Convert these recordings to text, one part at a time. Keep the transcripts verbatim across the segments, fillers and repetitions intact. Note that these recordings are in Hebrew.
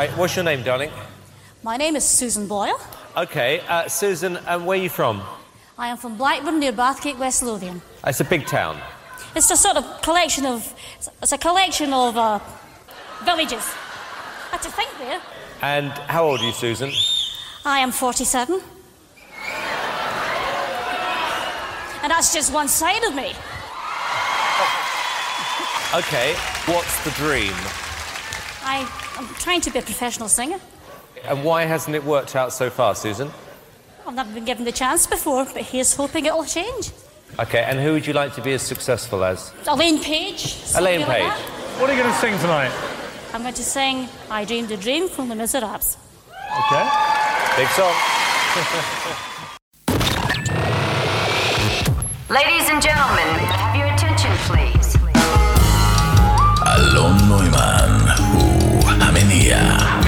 Hi, what's your name, darling? My name is Susan Boyle. Okay, uh, Susan, and where are you from? I am from Blackburn near Bathgate, West Lothian. It's a big town. It's a sort of collection of, it's a collection of uh, villages. I had to think there. And how old are you, Susan? I am forty-seven. And that's just one side of me. Okay, what's the dream? I, I'm trying to be a professional singer. And why hasn't it worked out so far, Susan? I've never been given the chance before, but here's hoping it'll change. Okay, and who would you like to be as successful as? Elaine Page. Elaine like Page. that. What are you going to sing tonight? I'm going to sing I Dreamed a Dream from Les Miserables. Okay. Big song. Ladies and gentlemen, may I have your attention, please? אלון נוימן הוא המניע.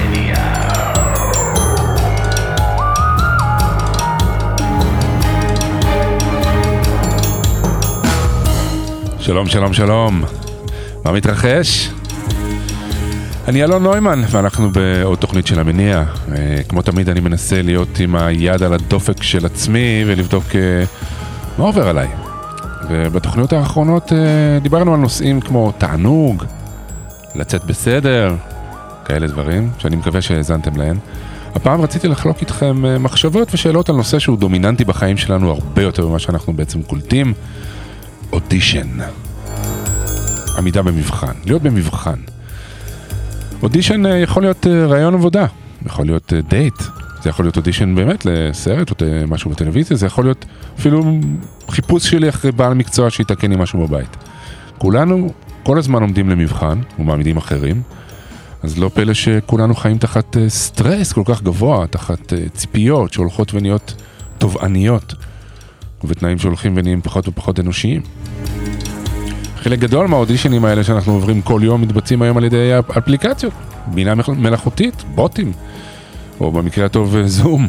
שלום, שלום, שלום. מה מתרחש? אני אלון נוימן, ואנחנו בעוד תוכנית של המניע. כמו תמיד אני מנסה להיות עם היד על הדופק של עצמי ולבדוק מה עובר עליי. ובתוכניות האחרונות דיברנו על נושאים כמו תענוג, לצאת בסדר, כאלה דברים, שאני מקווה שהאזנתם להן. הפעם רציתי לחלוק איתכם מחשבות ושאלות על נושא שהוא דומיננטי בחיים שלנו הרבה יותר ממה שאנחנו בעצם קולטים. אודישן. עמידה במבחן. להיות במבחן. אודישן יכול להיות רעיון עבודה. יכול להיות דייט. זה יכול להיות אודישן באמת לסרט או משהו בטלוויזיה. זה יכול להיות אפילו חיפוש שלי אחרי בעל מקצוע שיתקן עם משהו בבית. כולנו כל הזמן עומדים למבחן ומעמידים אחרים. אז לא פלא שכולנו חיים תחת סטרס כל כך גבוה, תחת ציפיות שהולכות ונהיות תובעניות. ובתנאים שהולכים ונהיים פחות ופחות אנושיים. חלק גדול מהאודישנים האלה שאנחנו עוברים כל יום מתבצעים היום על ידי אפליקציות, בינה מלאכותית, בוטים, או במקרה הטוב זום.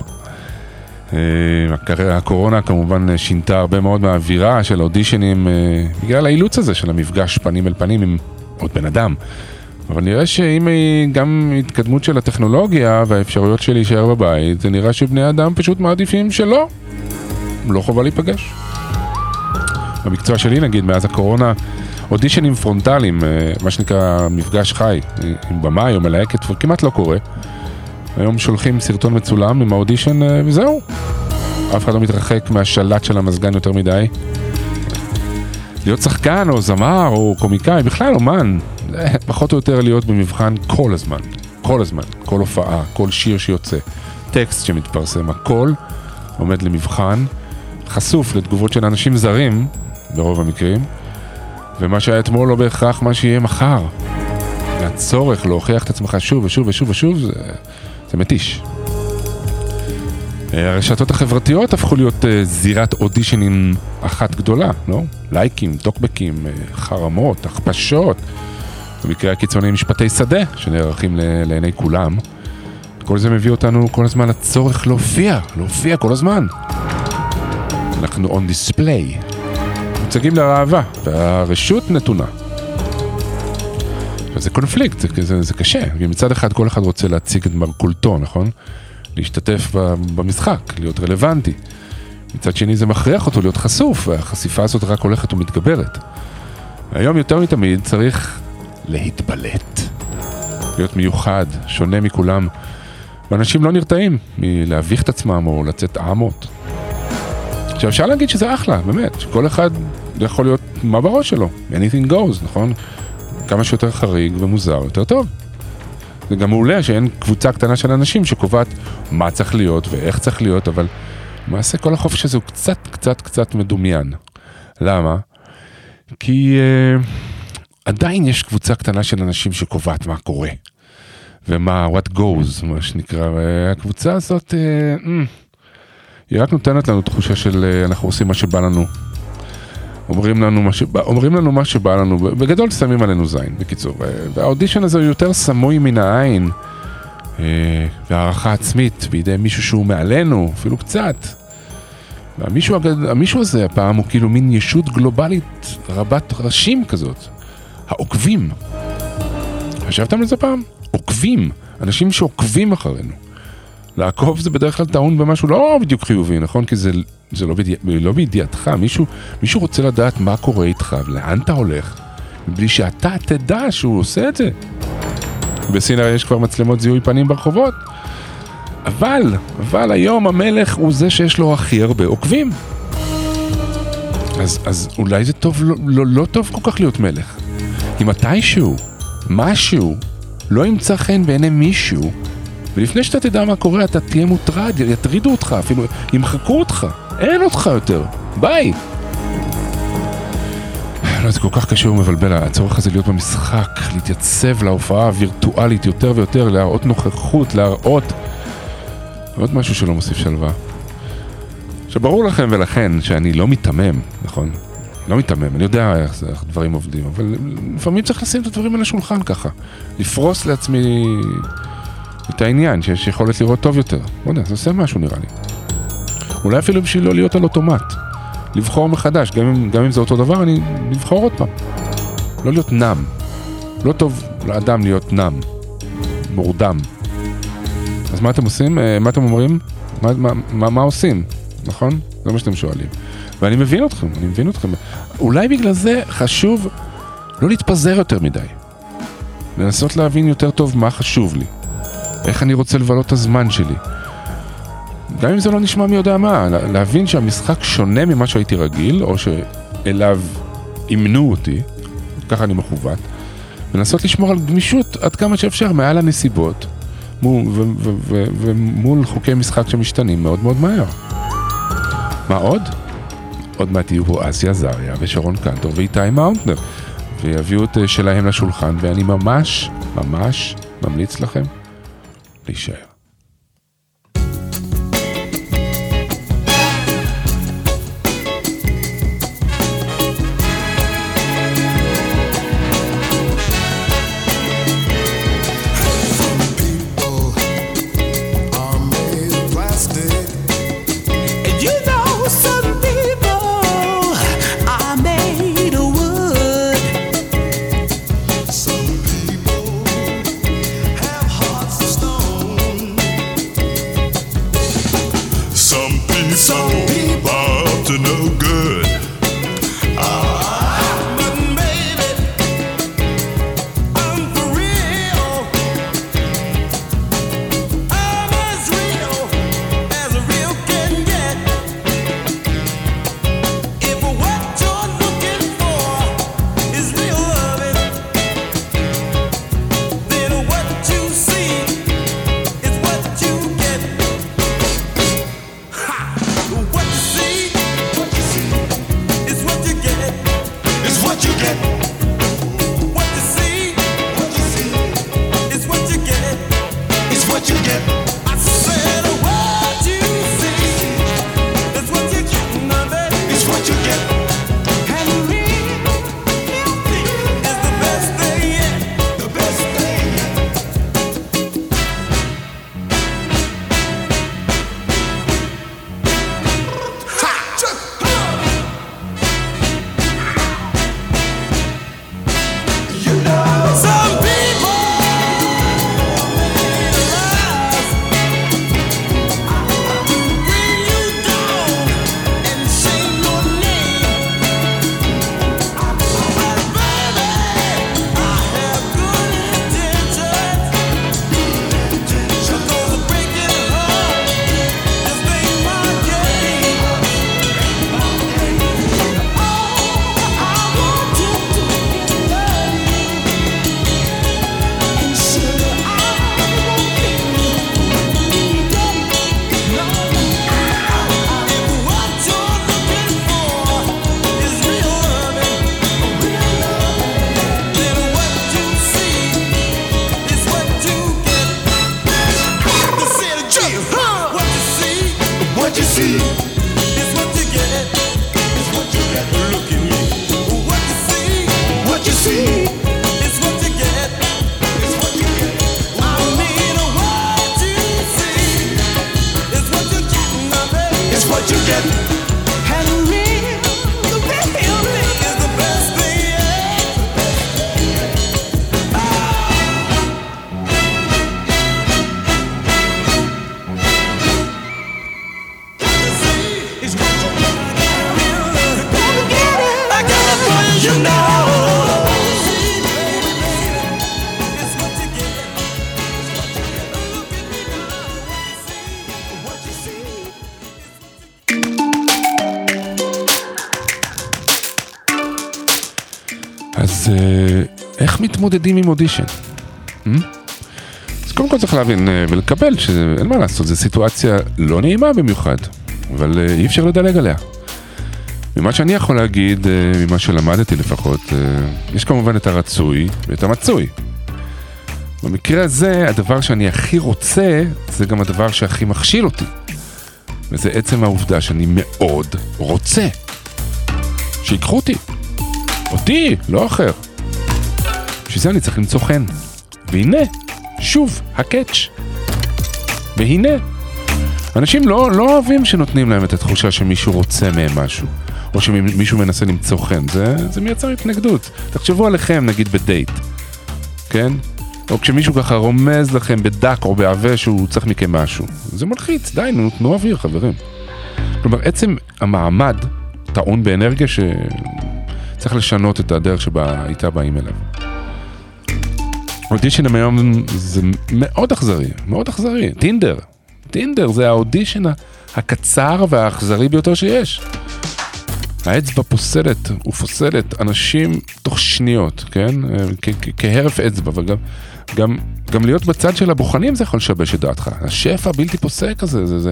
הקורונה כמובן שינתה הרבה מאוד מהאווירה של האודישנים בגלל האילוץ הזה של המפגש פנים אל פנים עם עוד בן אדם. אבל נראה שאם גם התקדמות של הטכנולוגיה והאפשרויות שלי להישאר בבית, זה נראה שבני אדם פשוט מעדיפים שלא. לא חובה להיפגש. במקצוע שלי נגיד, מאז הקורונה, אודישנים פרונטליים, מה שנקרא מפגש חי, עם במאי או מלהקת, כמעט לא קורה. היום שולחים סרטון מצולם עם האודישן וזהו. אף אחד לא מתרחק מהשלט של המזגן יותר מדי. להיות שחקן או זמר או קומיקאי, בכלל אומן, פחות או יותר להיות במבחן כל הזמן. כל הזמן, כל הופעה, כל שיר שיוצא, טקסט שמתפרסם, הכל עומד למבחן, חשוף לתגובות של אנשים זרים, ברוב המקרים, ומה שהיה אתמול לא בהכרח מה שיהיה מחר. והצורך להוכיח את עצמך שוב ושוב ושוב ושוב, זה, זה מתיש. הרשתות החברתיות הפכו להיות זירת אודישנים אחת גדולה, לא? לייקים, טוקבקים, חרמות, הכפשות, במקרה הקיצוני משפטי שדה, שנערכים לעיני כולם. כל זה מביא אותנו כל הזמן לצורך להופיע, להופיע כל הזמן. אנחנו on display. מוצגים לרעבה, והרשות נתונה. זה קונפליקט, זה, זה, זה קשה. מצד אחד כל אחד רוצה להציג את מרכולתו, נכון? להשתתף במשחק, להיות רלוונטי. מצד שני זה מכריח אותו להיות חשוף, והחשיפה הזאת רק הולכת ומתגברת. היום יותר מתמיד צריך להתבלט. להיות מיוחד, שונה מכולם. ואנשים לא נרתעים מלהביך את עצמם או לצאת עמות. עכשיו אפשר להגיד שזה אחלה, באמת, שכל אחד יכול להיות מה בראש שלו, anything goes, נכון? כמה שיותר חריג ומוזר, יותר טוב. זה גם מעולה שאין קבוצה קטנה של אנשים שקובעת מה צריך להיות ואיך צריך להיות, אבל למעשה כל החופש הזה הוא קצת, קצת, קצת מדומיין. למה? כי uh, עדיין יש קבוצה קטנה של אנשים שקובעת מה קורה, ומה, what goes, מה שנקרא, והקבוצה הזאת, uh, mm, היא רק נותנת לנו תחושה של uh, אנחנו עושים מה שבא לנו. אומרים לנו מה שבא, אומרים לנו מה שבא לנו, בגדול שמים עלינו זין, בקיצור. והאודישן הזה הוא יותר סמוי מן העין, והערכה עצמית בידי מישהו שהוא מעלינו, אפילו קצת. והמישהו המישהו הזה הפעם הוא כאילו מין ישות גלובלית רבת ראשים כזאת. העוקבים. חשבתם על זה פעם? עוקבים, אנשים שעוקבים אחרינו. לעקוב זה בדרך כלל טעון במשהו לא בדיוק חיובי, נכון? כי זה, זה לא, בידיע, לא בידיעתך, מישהו, מישהו רוצה לדעת מה קורה איתך, לאן אתה הולך, בלי שאתה תדע שהוא עושה את זה. בסין יש כבר מצלמות זיהוי פנים ברחובות, אבל, אבל היום המלך הוא זה שיש לו הכי הרבה עוקבים. אז, אז אולי זה טוב, לא, לא, לא טוב כל כך להיות מלך. אם מתישהו, משהו, לא ימצא חן בעיני מישהו, ולפני שאתה תדע מה קורה, אתה תהיה מוטרד, יטרידו אותך, אפילו ימחקו אותך, אין אותך יותר, ביי. לא, זה כל כך קשה ומבלבל, הצורך הזה להיות במשחק, להתייצב להופעה הווירטואלית יותר ויותר, להראות נוכחות, להראות עוד משהו שלא מוסיף שלווה. שברור לכם ולכן שאני לא מתמם, נכון? לא מתמם, אני יודע איך, זה, איך דברים עובדים, אבל לפעמים צריך לשים את הדברים על השולחן ככה, לפרוס לעצמי את העניין, שיש יכולת לראות טוב יותר. לא יודע, זה עושה משהו נראה לי. אולי אפילו בשביל לא להיות על אוטומט. לבחור מחדש, גם אם, גם אם זה אותו דבר, אני לבחור עוד פעם. לא להיות נם. לא טוב לאדם להיות נם. מורדם. אז מה אתם עושים? מה אתם אומרים? מה, מה, מה, מה עושים? נכון? זה מה שאתם שואלים. ואני מבין אתכם, אני מבין אתכם. אולי בגלל זה חשוב לא להתפזר יותר מדי. לנסות להבין יותר טוב מה חשוב לי. איך אני רוצה לבלות את הזמן שלי. גם אם זה לא נשמע מי יודע מה, להבין שהמשחק שונה ממה שהייתי רגיל, או שאליו אימנו אותי, ככה אני מכוות, ולנסות לשמור על גמישות עד כמה שאפשר מעל הנסיבות, ומול חוקי משחק שמשתנים מאוד מאוד מהר. מה עוד? עוד מעט יהיו פה אסיה זריה ושרון קנטור ואיתי מאונטנר, ויביאו את שלהם לשולחן, ואני ממש, ממש ממליץ לכם להישאר. Some people have hearts of stone. אז איך מתמודדים עם אודישן? אז קודם כל צריך להבין ולקבל שאין מה לעשות, זו סיטואציה לא נעימה במיוחד, אבל אי אפשר לדלג עליה. ממה שאני יכול להגיד, ממה שלמדתי לפחות, יש כמובן את הרצוי ואת המצוי. במקרה הזה, הדבר שאני הכי רוצה, זה גם הדבר שהכי מכשיל אותי. וזה עצם העובדה שאני מאוד רוצה. שיקחו אותי. אותי, לא אחר. בשביל זה אני צריך למצוא חן. והנה, שוב, הקאץ'. והנה. אנשים לא, לא אוהבים שנותנים להם את התחושה שמישהו רוצה מהם משהו. או שמישהו מנסה למצוא חן. זה, זה מייצר התנגדות. תחשבו עליכם, נגיד בדייט. כן? או כשמישהו ככה רומז לכם בדק או בעווה שהוא צריך מכם משהו. זה מלחיץ, די, נו, תנו אוויר, חברים. כלומר, עצם המעמד טעון באנרגיה שצריך לשנות את הדרך שבה הייתה באים אליו. אודישן היום זה מאוד אכזרי, מאוד אכזרי. טינדר. טינדר זה האודישן הקצר והאכזרי ביותר שיש. האצבע פוסלת, הוא פוסלת אנשים תוך שניות, כן? כהרף אצבע, וגם גם, גם להיות בצד של הבוחנים זה יכול לשבש את דעתך. השפע בלתי פוסק הזה, זה, זה,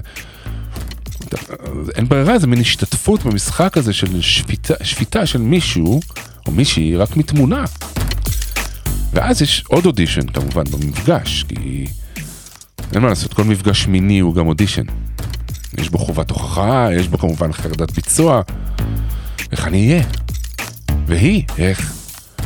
אין ברירה, זה מין השתתפות במשחק הזה של שפיטה, שפיטה של מישהו, או מישהי, רק מתמונה. ואז יש עוד אודישן, כמובן, במפגש, כי אין מה לעשות, כל מפגש מיני הוא גם אודישן. יש בו חובת הוכחה, יש בו כמובן חרדת ביצוע. איך אני אהיה? והיא, איך?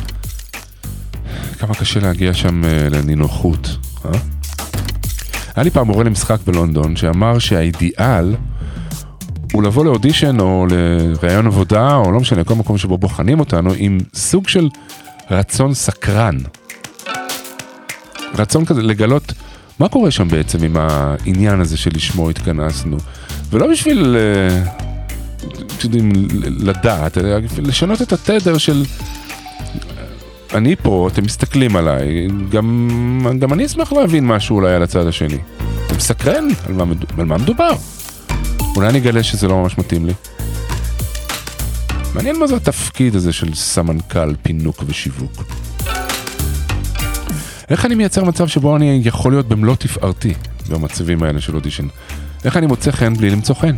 כמה קשה להגיע שם לנינוחות, אה? היה לי פעם מורה למשחק בלונדון שאמר שהאידיאל הוא לבוא לאודישן או לראיון עבודה או לא משנה, כל מקום שבו בוחנים אותנו עם סוג של רצון סקרן. רצון כזה לגלות מה קורה שם בעצם עם העניין הזה שלשמו התכנסנו. ולא בשביל לדעת, לשנות את התדר של אני פה, אתם מסתכלים עליי, גם, גם אני אשמח להבין משהו אולי על הצד השני. זה מסקרן על מה, על מה מדובר. אולי אני אגלה שזה לא ממש מתאים לי. מעניין מה זה התפקיד הזה של סמנכ"ל פינוק ושיווק. איך אני מייצר מצב שבו אני יכול להיות במלוא תפארתי במצבים האלה של אודישן? איך אני מוצא חן בלי למצוא חן?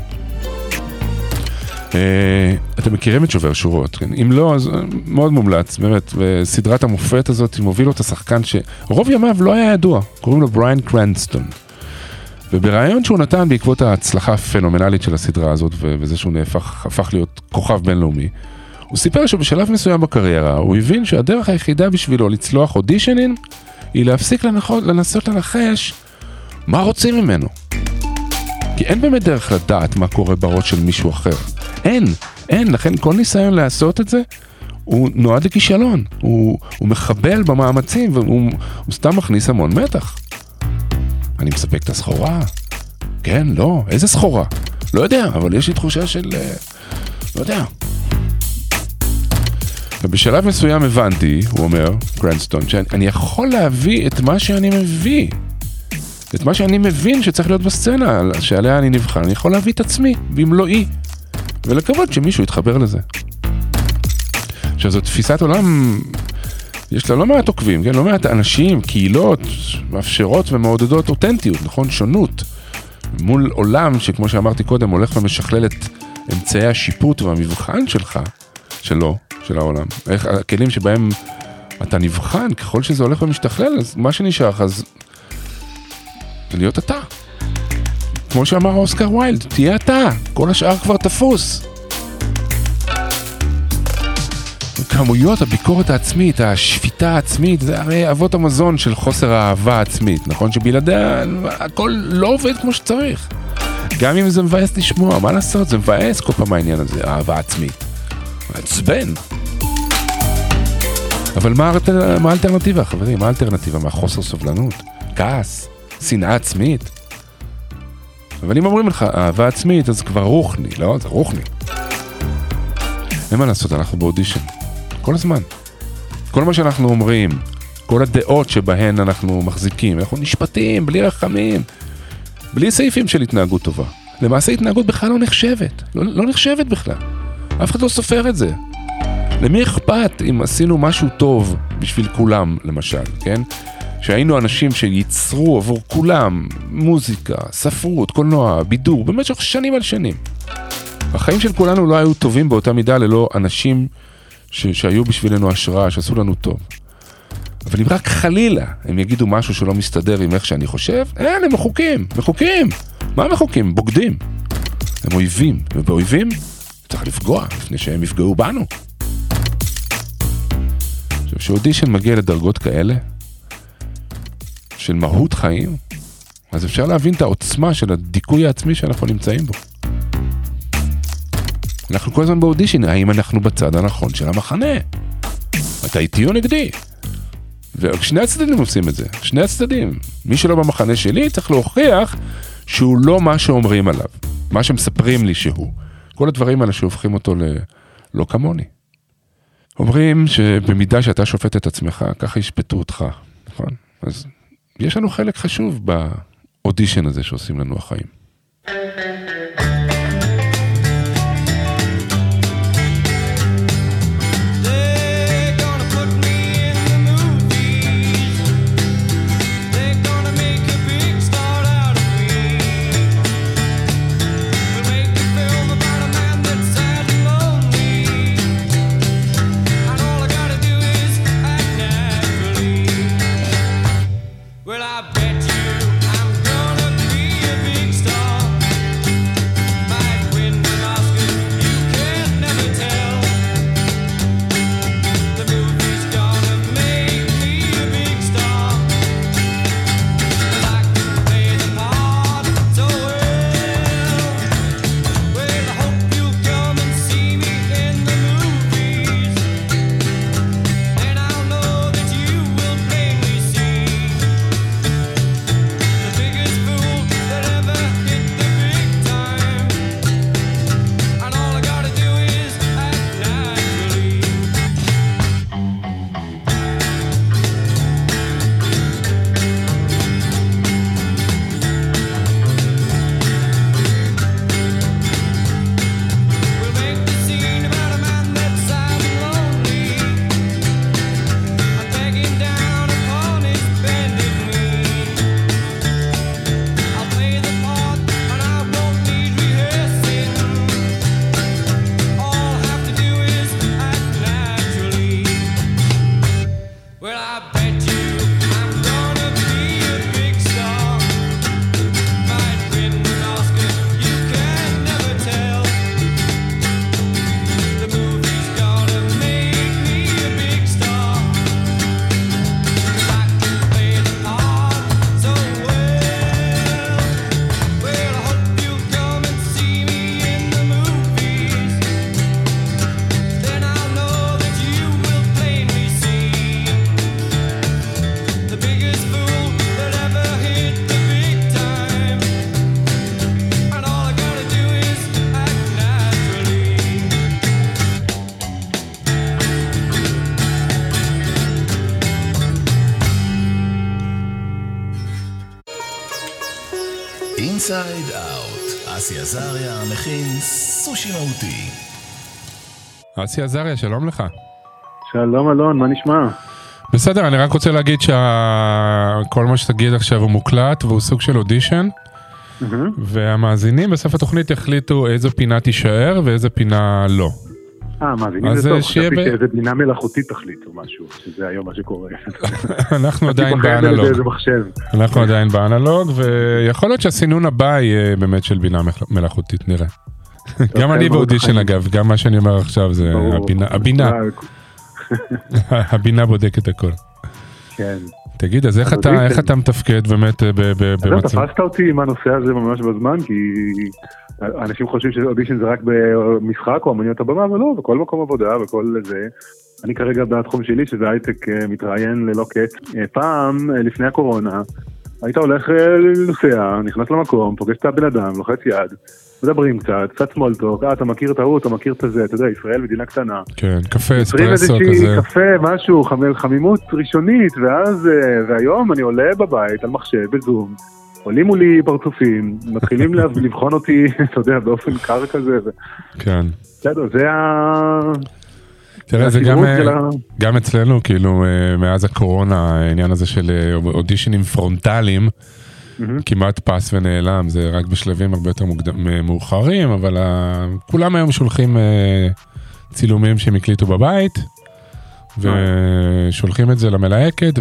אתם מכירים את שובר שורות, כן? אם לא, אז מאוד מומלץ, באמת, וסדרת המופת הזאת מוביל אותה שחקן שרוב ימיו לא היה ידוע, קוראים לו בריין קרנסטון. וברעיון שהוא נתן בעקבות ההצלחה הפנומנלית של הסדרה הזאת, וזה שהוא נהפך, הפך להיות כוכב בינלאומי, הוא סיפר שבשלב מסוים בקריירה, הוא הבין שהדרך היחידה בשבילו לצלוח אודישנים, היא להפסיק לנחות, לנסות לנחש מה רוצים ממנו. כי אין באמת דרך לדעת מה קורה בראש של מישהו אחר. אין, אין, לכן כל ניסיון לעשות את זה, הוא נועד לכישלון. הוא, הוא מחבל במאמצים, והוא הוא סתם מכניס המון מתח. אני מספק את הסחורה? כן, לא, איזה סחורה? לא יודע, אבל יש לי תחושה של... לא יודע. ובשלב מסוים הבנתי, הוא אומר, קרנסטון, שאני יכול להביא את מה שאני מביא. את מה שאני מבין שצריך להיות בסצנה, שעליה אני נבחן, אני יכול להביא את עצמי, במלואי, ולקוות שמישהו יתחבר לזה. עכשיו, זו תפיסת עולם, יש לה לא מעט עוקבים, כן? לא מעט אנשים, קהילות, מאפשרות ומעודדות אותנטיות, נכון? שונות. מול עולם שכמו שאמרתי קודם, הולך ומשכלל את אמצעי השיפוט והמבחן שלך, שלו, של העולם. איך, הכלים שבהם אתה נבחן, ככל שזה הולך ומשתכלל, אז מה שנשאר, אז זה להיות אתה. כמו שאמר אוסקר ויילד, תהיה אתה, כל השאר כבר תפוס. כמויות, הביקורת העצמית, השפיטה העצמית, זה הרי אבות המזון של חוסר האהבה העצמית, נכון? שבלעדיה הכל לא עובד כמו שצריך. גם אם זה מבאס לשמוע, מה לעשות? זה מבאס כל פעם העניין הזה, האהבה העצמית. מעצבן. אבל מה, מה האלטרנטיבה, חברים? מה האלטרנטיבה? מה חוסר סובלנות? כעס? שנאה עצמית? אבל אם אומרים לך, אהבה עצמית, אז כבר רוחני, לא? זה רוחני. אין מה לעשות, אנחנו באודישן. כל הזמן. כל מה שאנחנו אומרים, כל הדעות שבהן אנחנו מחזיקים, אנחנו נשפטים, בלי רחמים, בלי סעיפים של התנהגות טובה. למעשה התנהגות בכלל לא נחשבת. לא, לא נחשבת בכלל. אף אחד לא סופר את זה. למי אכפת אם עשינו משהו טוב בשביל כולם, למשל, כן? שהיינו אנשים שייצרו עבור כולם מוזיקה, ספרות, קולנוע, בידור, במשך שנים על שנים. החיים של כולנו לא היו טובים באותה מידה ללא אנשים ש- שהיו בשבילנו השראה, שעשו לנו טוב. אבל אם רק חלילה הם יגידו משהו שלא מסתדר עם איך שאני חושב, אין, הם מחוקים, מחוקים. מה הם מחוקים? בוגדים. הם אויבים, ובאויבים צריך לפגוע לפני שהם יפגעו בנו. עכשיו, כשאודישן מגיע לדרגות כאלה, של מהות חיים, אז אפשר להבין את העוצמה של הדיכוי העצמי שאנחנו נמצאים בו. אנחנו כל הזמן באודישן, האם אנחנו בצד הנכון של המחנה? אתה איתי או נגדי? ושני הצדדים עושים את זה, שני הצדדים. מי שלא במחנה שלי צריך להוכיח שהוא לא מה שאומרים עליו, מה שמספרים לי שהוא. כל הדברים האלה שהופכים אותו ללא כמוני. אומרים שבמידה שאתה שופט את עצמך, ככה ישפטו אותך, נכון? אז יש לנו חלק חשוב באודישן הזה שעושים לנו החיים. אינסייד אאוט, אסי עזריה מכין סושי מהותי. אסי עזריה, שלום לך. שלום אלון, מה נשמע? בסדר, אני רק רוצה להגיד שכל מה שתגיד עכשיו הוא מוקלט והוא סוג של אודישן, והמאזינים בסוף התוכנית יחליטו איזו פינה תישאר ואיזו פינה לא. אה, מאזינים זה טוב, חשבתי שאיזה בינה מלאכותית תחליט או משהו, שזה היום מה שקורה. אנחנו עדיין באנלוג. אנחנו עדיין באנלוג, ויכול להיות שהסינון הבא יהיה באמת של בינה מלאכותית, נראה. גם אני באודישן אגב, גם מה שאני אומר עכשיו זה הבינה. הבינה בודקת הכל. כן. תגיד, אז איך אתה, איך אתה מתפקד באמת במצב? תפסת אותי עם הנושא הזה ממש בזמן, כי אנשים חושבים שאודישן זה רק במשחק או אמניות הבמה, אבל לא, בכל מקום עבודה, בכל זה. אני כרגע בתחום שלי, שזה הייטק מתראיין ללא קץ. פעם, לפני הקורונה, היית הולך לנוסע, נכנס למקום, פוגש את הבן אדם, לוחץ יד, מדברים קצת, קצת סמולטוק, אה, אתה מכיר את ההוא, אתה מכיר את זה, אתה יודע, ישראל מדינה קטנה. כן, קפה, אספרסו כזה. קפה, משהו, חמימות ראשונית, ואז, והיום אני עולה בבית, על מחשב, בזום, עולים מולי פרצופים, מתחילים לבחון אותי, אתה יודע, באופן קר כזה. כן. בסדר, זה ה... תראה, זה גם, גם אצלנו, כאילו, מאז הקורונה, העניין הזה של אודישנים פרונטליים, כמעט פס ונעלם, זה רק בשלבים הרבה יותר מאוחרים, אבל כולם היום שולחים צילומים שהם הקליטו בבית, ושולחים את זה למלהקת,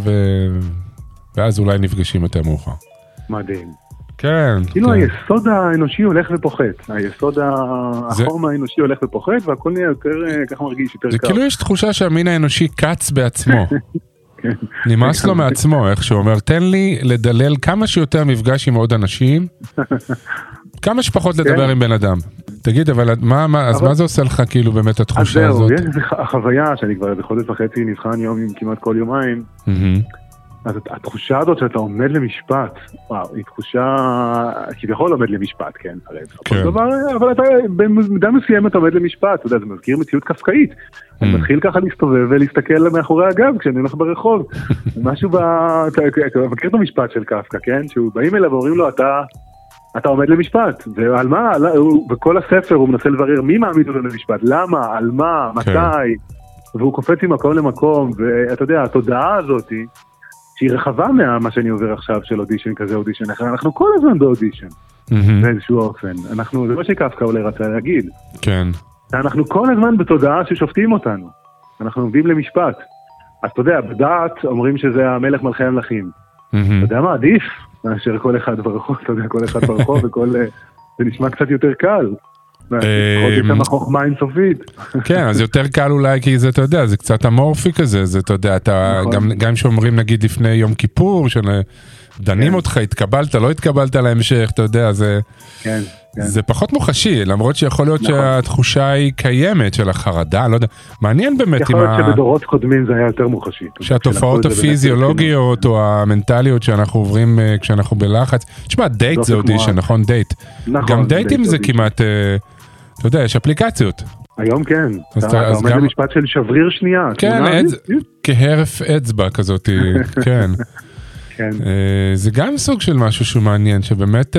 ואז אולי נפגשים יותר מאוחר. מדהים. כן. כאילו היסוד האנושי הולך ופוחת, היסוד החום האנושי הולך ופוחת, והכל נהיה יותר, ככה מרגיש, יותר קר. זה כאילו יש תחושה שהמין האנושי קץ בעצמו. נמאס לו מעצמו, איך שהוא אומר, תן לי לדלל כמה שיותר מפגש עם עוד אנשים, כמה שפחות לדבר עם בן אדם. תגיד, אבל אז מה זה עושה לך כאילו באמת התחושה הזאת? אז זהו, יש איזו חוויה שאני כבר בחודש וחצי נבחן יום עם כמעט כל יומיים, אז התחושה הזאת שאתה עומד למשפט, וואו, היא תחושה, כביכול עומד למשפט, כן, הרי, אבל אתה במידה מסוימת עומד למשפט, אתה יודע, זה מזכיר מציאות קפקאית, אני מתחיל ככה להסתובב ולהסתכל מאחורי הגב כשאני הולך ברחוב, משהו, אתה מכיר את המשפט של קפקא, כן, שהוא באים אליו ואומרים לו, אתה, אתה עומד למשפט, ועל מה, בכל הספר הוא מנסה לברר מי מעמיד אותו למשפט, למה, על מה, מתי, והוא קופץ ממקום למקום, ואתה יודע, התודעה הזאת שהיא רחבה מה שאני עובר עכשיו של אודישן כזה, אודישן אחר, אנחנו כל הזמן באודישן, באיזשהו אופן. אנחנו, זה מה שקפקא אולי רצה להגיד. כן. אנחנו כל הזמן בתודעה ששופטים אותנו. אנחנו עומדים למשפט. אז אתה יודע, בדעת אומרים שזה המלך מלכי המלכים. אתה יודע מה, עדיף, מאשר כל אחד ברחוב, אתה יודע, כל אחד ברחוב, וכל, זה נשמע קצת יותר קל. חוכמה אינסופית. כן, אז יותר קל אולי כי זה, אתה יודע, זה קצת אמורפי כזה, זה, אתה יודע, גם שאומרים נגיד לפני יום כיפור, שדנים אותך, התקבלת, לא התקבלת להמשך, אתה יודע, זה פחות מוחשי, למרות שיכול להיות שהתחושה היא קיימת של החרדה, לא יודע, מעניין באמת. יכול להיות שבדורות קודמים זה היה יותר מוחשי. שהתופעות הפיזיולוגיות או המנטליות שאנחנו עוברים כשאנחנו בלחץ, תשמע, דייט זה אודישן, נכון? דייט. גם דייטים זה כמעט, אתה יודע, יש אפליקציות. היום כן, אתה עומד למשפט של שבריר שנייה. כן, כהרף אצבע כזאת, כן. זה גם סוג של משהו שהוא מעניין, שבאמת,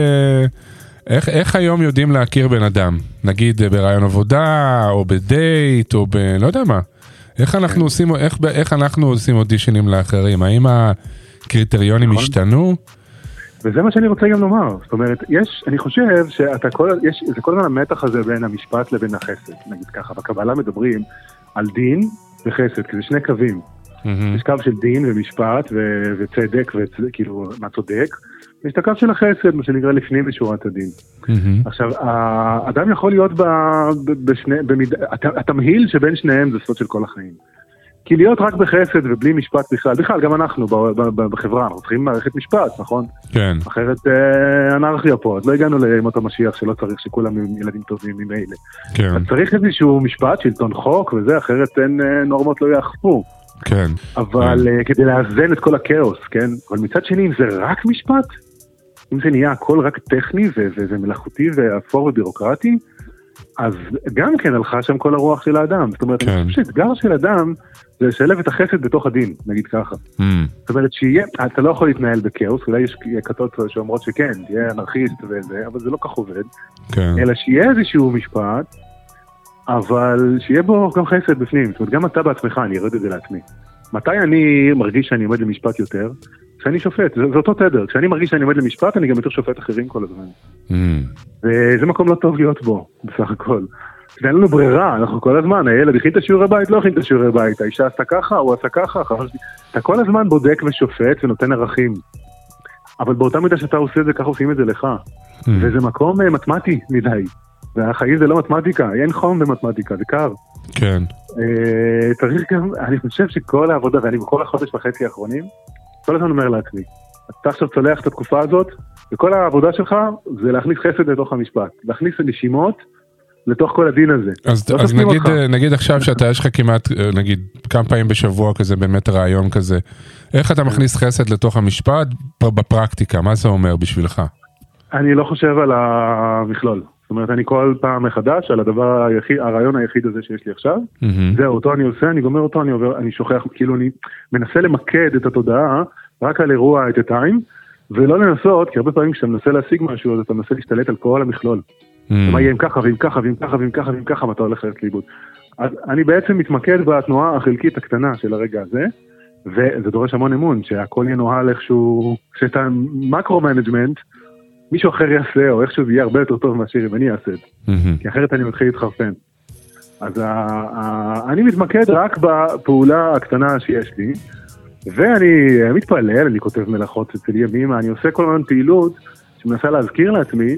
איך, איך היום יודעים להכיר בן אדם? נגיד ברעיון עבודה, או בדייט, או ב... לא יודע מה. איך אנחנו עושים, איך, איך אנחנו עושים אודישנים לאחרים? האם הקריטריונים השתנו? וזה מה שאני רוצה גם לומר. זאת אומרת, יש, אני חושב שאתה כל, יש, זה כל הזמן המתח הזה בין המשפט לבין החסד. נגיד ככה, בקבלה מדברים על דין וחסד, כי זה שני קווים. יש קו של דין ומשפט ו- וצדק, וכאילו, מה צודק? יש את הקו של החסד, מה שנקרא לפנים בשורת הדין. עכשיו, האדם יכול להיות בשני, התמהיל שבין שניהם זה סוד של כל החיים. כי להיות רק בחסד ובלי משפט בכלל, בכלל, גם אנחנו בחברה, אנחנו צריכים מערכת משפט, נכון? כן. אחרת אנרכיה פה, עוד לא הגענו לימות המשיח שלא צריך שכולם ילדים טובים ממילא. כן. אז צריך איזשהו משפט, שלטון חוק וזה, אחרת אין נורמות לא יאכפו. כן. אבל כן. כדי לאזן את כל הכאוס, כן? אבל מצד שני, אם זה רק משפט, אם זה נהיה הכל רק טכני ומלאכותי ואפור ובירוקרטי, אז גם כן הלכה שם כל הרוח של האדם. זאת אומרת, אני חושב שאתגר של אדם זה לשלב את החסד בתוך הדין, נגיד ככה. זאת אומרת שיהיה, אתה לא יכול להתנהל בכאוס, אולי יש כתות שאומרות שכן, תהיה אנרכיסט וזה, אבל זה לא כך עובד. אלא שיהיה איזשהו משפט, אבל שיהיה בו גם חסד בפנים. זאת אומרת, גם אתה בעצמך, אני ארד את זה לעצמי. מתי אני מרגיש שאני עומד למשפט יותר? כשאני שופט, זה, זה אותו תדר. כשאני מרגיש שאני עומד למשפט, אני גם יותר שופט אחרים כל הזמן. Mm. וזה מקום לא טוב להיות בו, בסך הכל. אין לנו ברירה, אנחנו כל הזמן, הילד הכין את השיעורי בית, לא הכין את השיעורי בית, האישה עשתה ככה, הוא עשה ככה, אתה כל הזמן בודק ושופט ונותן ערכים. אבל באותה מידה שאתה עושה את זה, ככה עושים את זה לך. Mm. וזה מקום uh, מתמטי מדי. והחיים זה לא מתמטיקה, אין חום במתמטיקה, זה קר. כן. Uh, צריך גם, אני חושב שכל העבודה, ואני בכל החודש וחצי האחרונים, כל הזמן אומר לעצמי, אתה עכשיו צולח את התקופה הזאת, וכל העבודה שלך זה להכניס חסד לתוך המשפט, להכניס נשימות לתוך כל הדין הזה. אז, לא אז נגיד, נגיד עכשיו שאתה יש לך כמעט, נגיד, כמה פעמים בשבוע כזה, באמת רעיון כזה, איך אתה מכניס חסד לתוך המשפט בפרקטיקה? מה זה אומר בשבילך? אני לא חושב על המכלול. זאת אומרת, אני כל פעם מחדש על הדבר היחיד, הרעיון היחיד הזה שיש לי עכשיו, mm-hmm. זהו, אותו אני עושה, אני גומר אותו, אני עובר, אני שוכח, כאילו אני מנסה למקד את התודעה רק על אירוע את הטיים, ולא לנסות, כי הרבה פעמים כשאתה מנסה להשיג משהו, אז אתה מנסה להשתלט על כל המכלול. Mm-hmm. ומה יהיה עם ככה, ועם ככה, ועם ככה, ועם ככה, ועם ככה, ואתה הולך ללכת לאיבוד. אז אני בעצם מתמקד בתנועה החלקית הקטנה של הרגע הזה, וזה דורש המון אמון, שהכל ינוהל איכשהו, שאת המקרו-מנג'מנט, מישהו אחר יעשה, או איכשהו זה יהיה הרבה יותר טוב מאשר אם אני אעשה את זה. כי אחרת אני מתחיל להתחרפן. אז אני מתמקד רק בפעולה הקטנה שיש לי, ואני מתפלל, אני כותב מלאכות אצל ימימה, אני עושה כל הזמן פעילות שמנסה להזכיר לעצמי,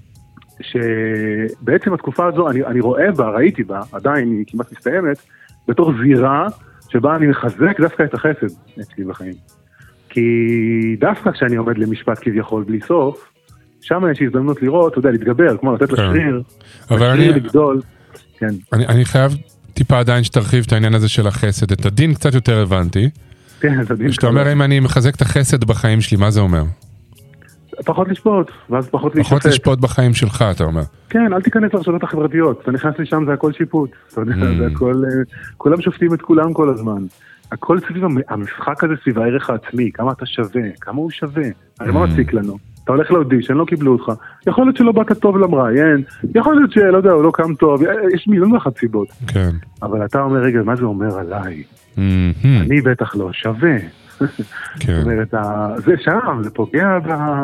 שבעצם התקופה הזו, אני, אני רואה בה, ראיתי בה, עדיין היא כמעט מסתיימת, בתור זירה שבה אני מחזק דווקא את החסד אצלי בחיים. כי דווקא כשאני עומד למשפט כביכול בלי סוף, שם יש הזדמנות לראות, אתה יודע, להתגבר, כמו לתת לשריר, לשריר לגדול. כן. אני, אני חייב טיפה עדיין שתרחיב את העניין הזה של החסד, את הדין קצת יותר הבנתי. כן, את הדין. שאתה אומר, אם אני מחזק את החסד בחיים שלי, מה זה אומר? פחות לשפוט, ואז פחות להשתפט. פחות לשפוט בחיים שלך, אתה אומר. כן, אל תיכנס לרשתות החברתיות, אתה נכנס לשם, זה הכל שיפוט. אתה יודע, זה הכל, כולם שופטים את כולם כל הזמן. הכל סביב המשחק הזה, סביב הערך העצמי, כמה אתה שווה, כמה הוא שווה. הרי מה מציק לנו? אתה הולך לאודישן, לא קיבלו אותך. יכול להיות שלא באת טוב למראיין, יכול להיות שלא יודע, הוא לא קם טוב, יש מיליון ואחת סיבות. כן. אבל אתה אומר, רגע, מה זה אומר עליי? אני בטח לא שווה. כן. זאת אומרת, זה שם, זה פוגע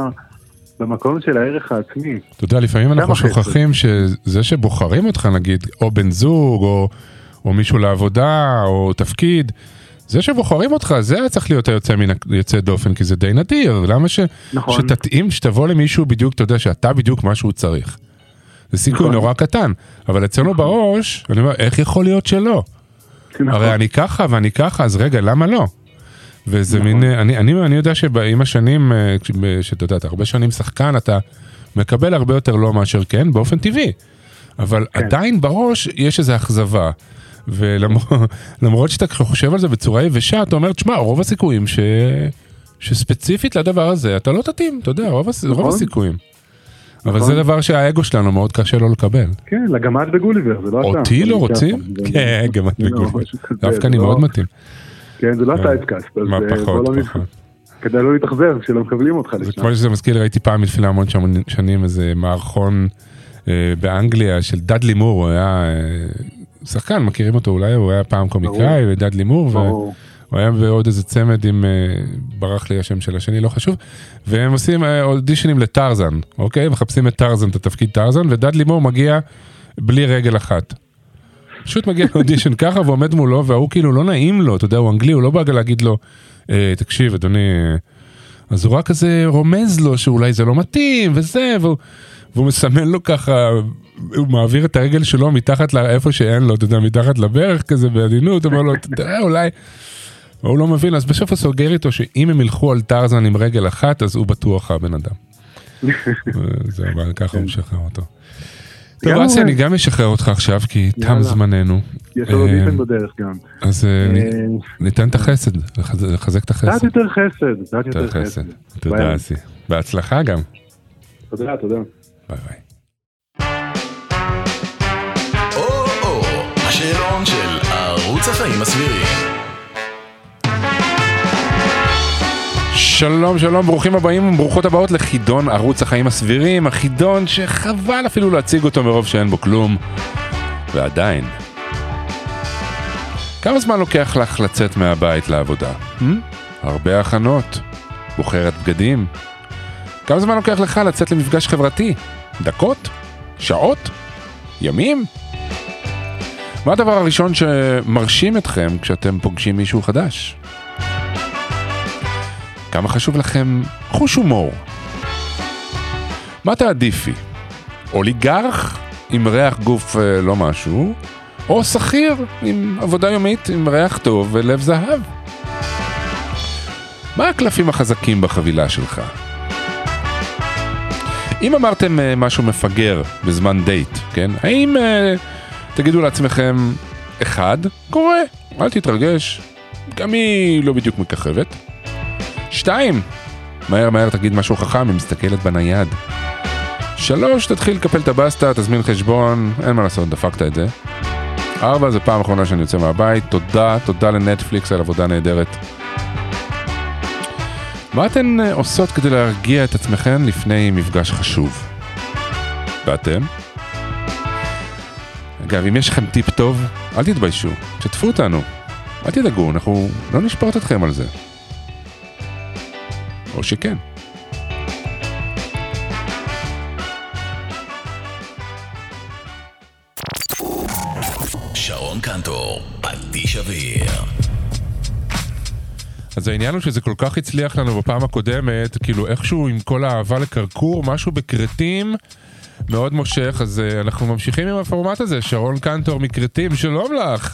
במקום של הערך העצמי. אתה יודע, לפעמים אנחנו שוכחים שזה שבוחרים אותך, נגיד, או בן זוג, או מישהו לעבודה, או תפקיד, זה שבוחרים אותך, זה צריך להיות היוצא מן יוצא דופן, כי זה די נדיר. למה ש... נכון. שתתאים, שתבוא למישהו בדיוק, אתה יודע שאתה בדיוק מה שהוא צריך. זה סיכוי נכון. נורא קטן. אבל אצלנו נכון. בראש, אני אומר, איך יכול להיות שלא? נכון. הרי אני ככה ואני ככה, אז רגע, למה לא? וזה נכון. מין, אני, אני, אני יודע שבעים השנים, שאתה יודע, הרבה שנים שחקן, אתה מקבל הרבה יותר לא מאשר כן, באופן טבעי. אבל כן. עדיין בראש יש איזו אכזבה. ולמרות שאתה חושב על זה בצורה יבשה, אתה אומר, תשמע, רוב הסיכויים ש... שספציפית לדבר הזה, אתה לא תתאים, אתה יודע, רוב, הס... רוב הסיכויים. נכון. אבל זה דבר שהאגו שלנו מאוד קשה לא לקבל. כן, לגמד בגוליבר, זה לא אתה. אותי לא רוצים? כן, גמד בגוליבר. דווקא אני מאוד מתאים. כן, זה לא אתה אצקסט. מה פחות, פחות. כדי לא להתאכזר, כשלא מקבלים אותך לשם. זה כמו שזה מזכיר, ראיתי פעם לפני המון שנים איזה מערכון באנגליה של דאדלי מור, הוא היה... שחקן, מכירים אותו אולי, הוא היה פעם קומיקאי, ודאדלי מור, והוא היה בעוד איזה צמד עם, ברח לי השם של השני, לא חשוב, והם עושים אודישנים לטרזן, אוקיי? מחפשים את טרזן, את התפקיד טרזן, ודאדלי מור מגיע בלי רגל אחת. פשוט מגיע לאודישן ככה, ועומד מולו, והוא כאילו לא נעים לו, אתה יודע, הוא אנגלי, הוא לא בא להגיד לו, תקשיב, אדוני, אז הוא רק כזה רומז לו, שאולי זה לא מתאים, וזה, והוא, והוא מסמן לו ככה, הוא מעביר את הרגל שלו מתחת לאיפה שאין לו, אתה יודע, מתחת לברך כזה בעדינות, הוא אומר לו, תראה, אולי, הוא לא מבין, אז בסוף הוא סוגר איתו שאם הם ילכו על טרזן עם רגל אחת, אז הוא בטוח הבן אדם. זה אבל ככה הוא משחרר אותו. טוב, אסי, אני גם אשחרר אותך עכשיו, כי תם זמננו. יש לו דיפן בדרך גם. אז ניתן את החסד, לחזק את החסד. קצת יותר חסד, קצת יותר חסד. תודה, אסי. בהצלחה גם. תודה, תודה. ביי ביי. או-או, השאלון של ערוץ החיים הסבירים. שלום, שלום, ברוכים הבאים וברוכות הבאות לחידון ערוץ החיים הסבירים, החידון שחבל אפילו להציג אותו מרוב שאין בו כלום, ועדיין. כמה זמן לוקח לך לצאת מהבית לעבודה? Hmm? הרבה הכנות, בוחרת בגדים. כמה זמן לוקח לך לצאת למפגש חברתי? דקות? שעות? ימים? מה הדבר הראשון שמרשים אתכם כשאתם פוגשים מישהו חדש? כמה חשוב לכם חוש הומור? מה תעדיפי? אוליגרך עם ריח גוף לא משהו, או שכיר עם עבודה יומית עם ריח טוב ולב זהב? מה הקלפים החזקים בחבילה שלך? אם אמרתם משהו מפגר בזמן דייט, כן? האם תגידו לעצמכם, אחד, קורה, אל תתרגש, גם היא לא בדיוק מככבת. שתיים, מהר מהר תגיד משהו חכם, היא מסתכלת בנייד. שלוש, תתחיל לקפל את הבסטה, תזמין חשבון, אין מה לעשות, דפקת את זה. ארבע, זה פעם אחרונה שאני יוצא מהבית, תודה, תודה לנטפליקס על עבודה נהדרת. מה אתן עושות כדי להרגיע את עצמכם לפני מפגש חשוב? ואתם? אגב, אם יש לכם טיפ טוב, אל תתביישו, שתפו אותנו. אל תדאגו, אנחנו לא נשפוט אתכם על זה. או שכן. שרון קנטור, פטיש אוויר. אז העניין הוא שזה כל כך הצליח לנו בפעם הקודמת, כאילו איכשהו עם כל האהבה לקרקור, משהו בקרטים מאוד מושך, אז uh, אנחנו ממשיכים עם הפורמט הזה, שרון קנטור מקרטים, שלום לך.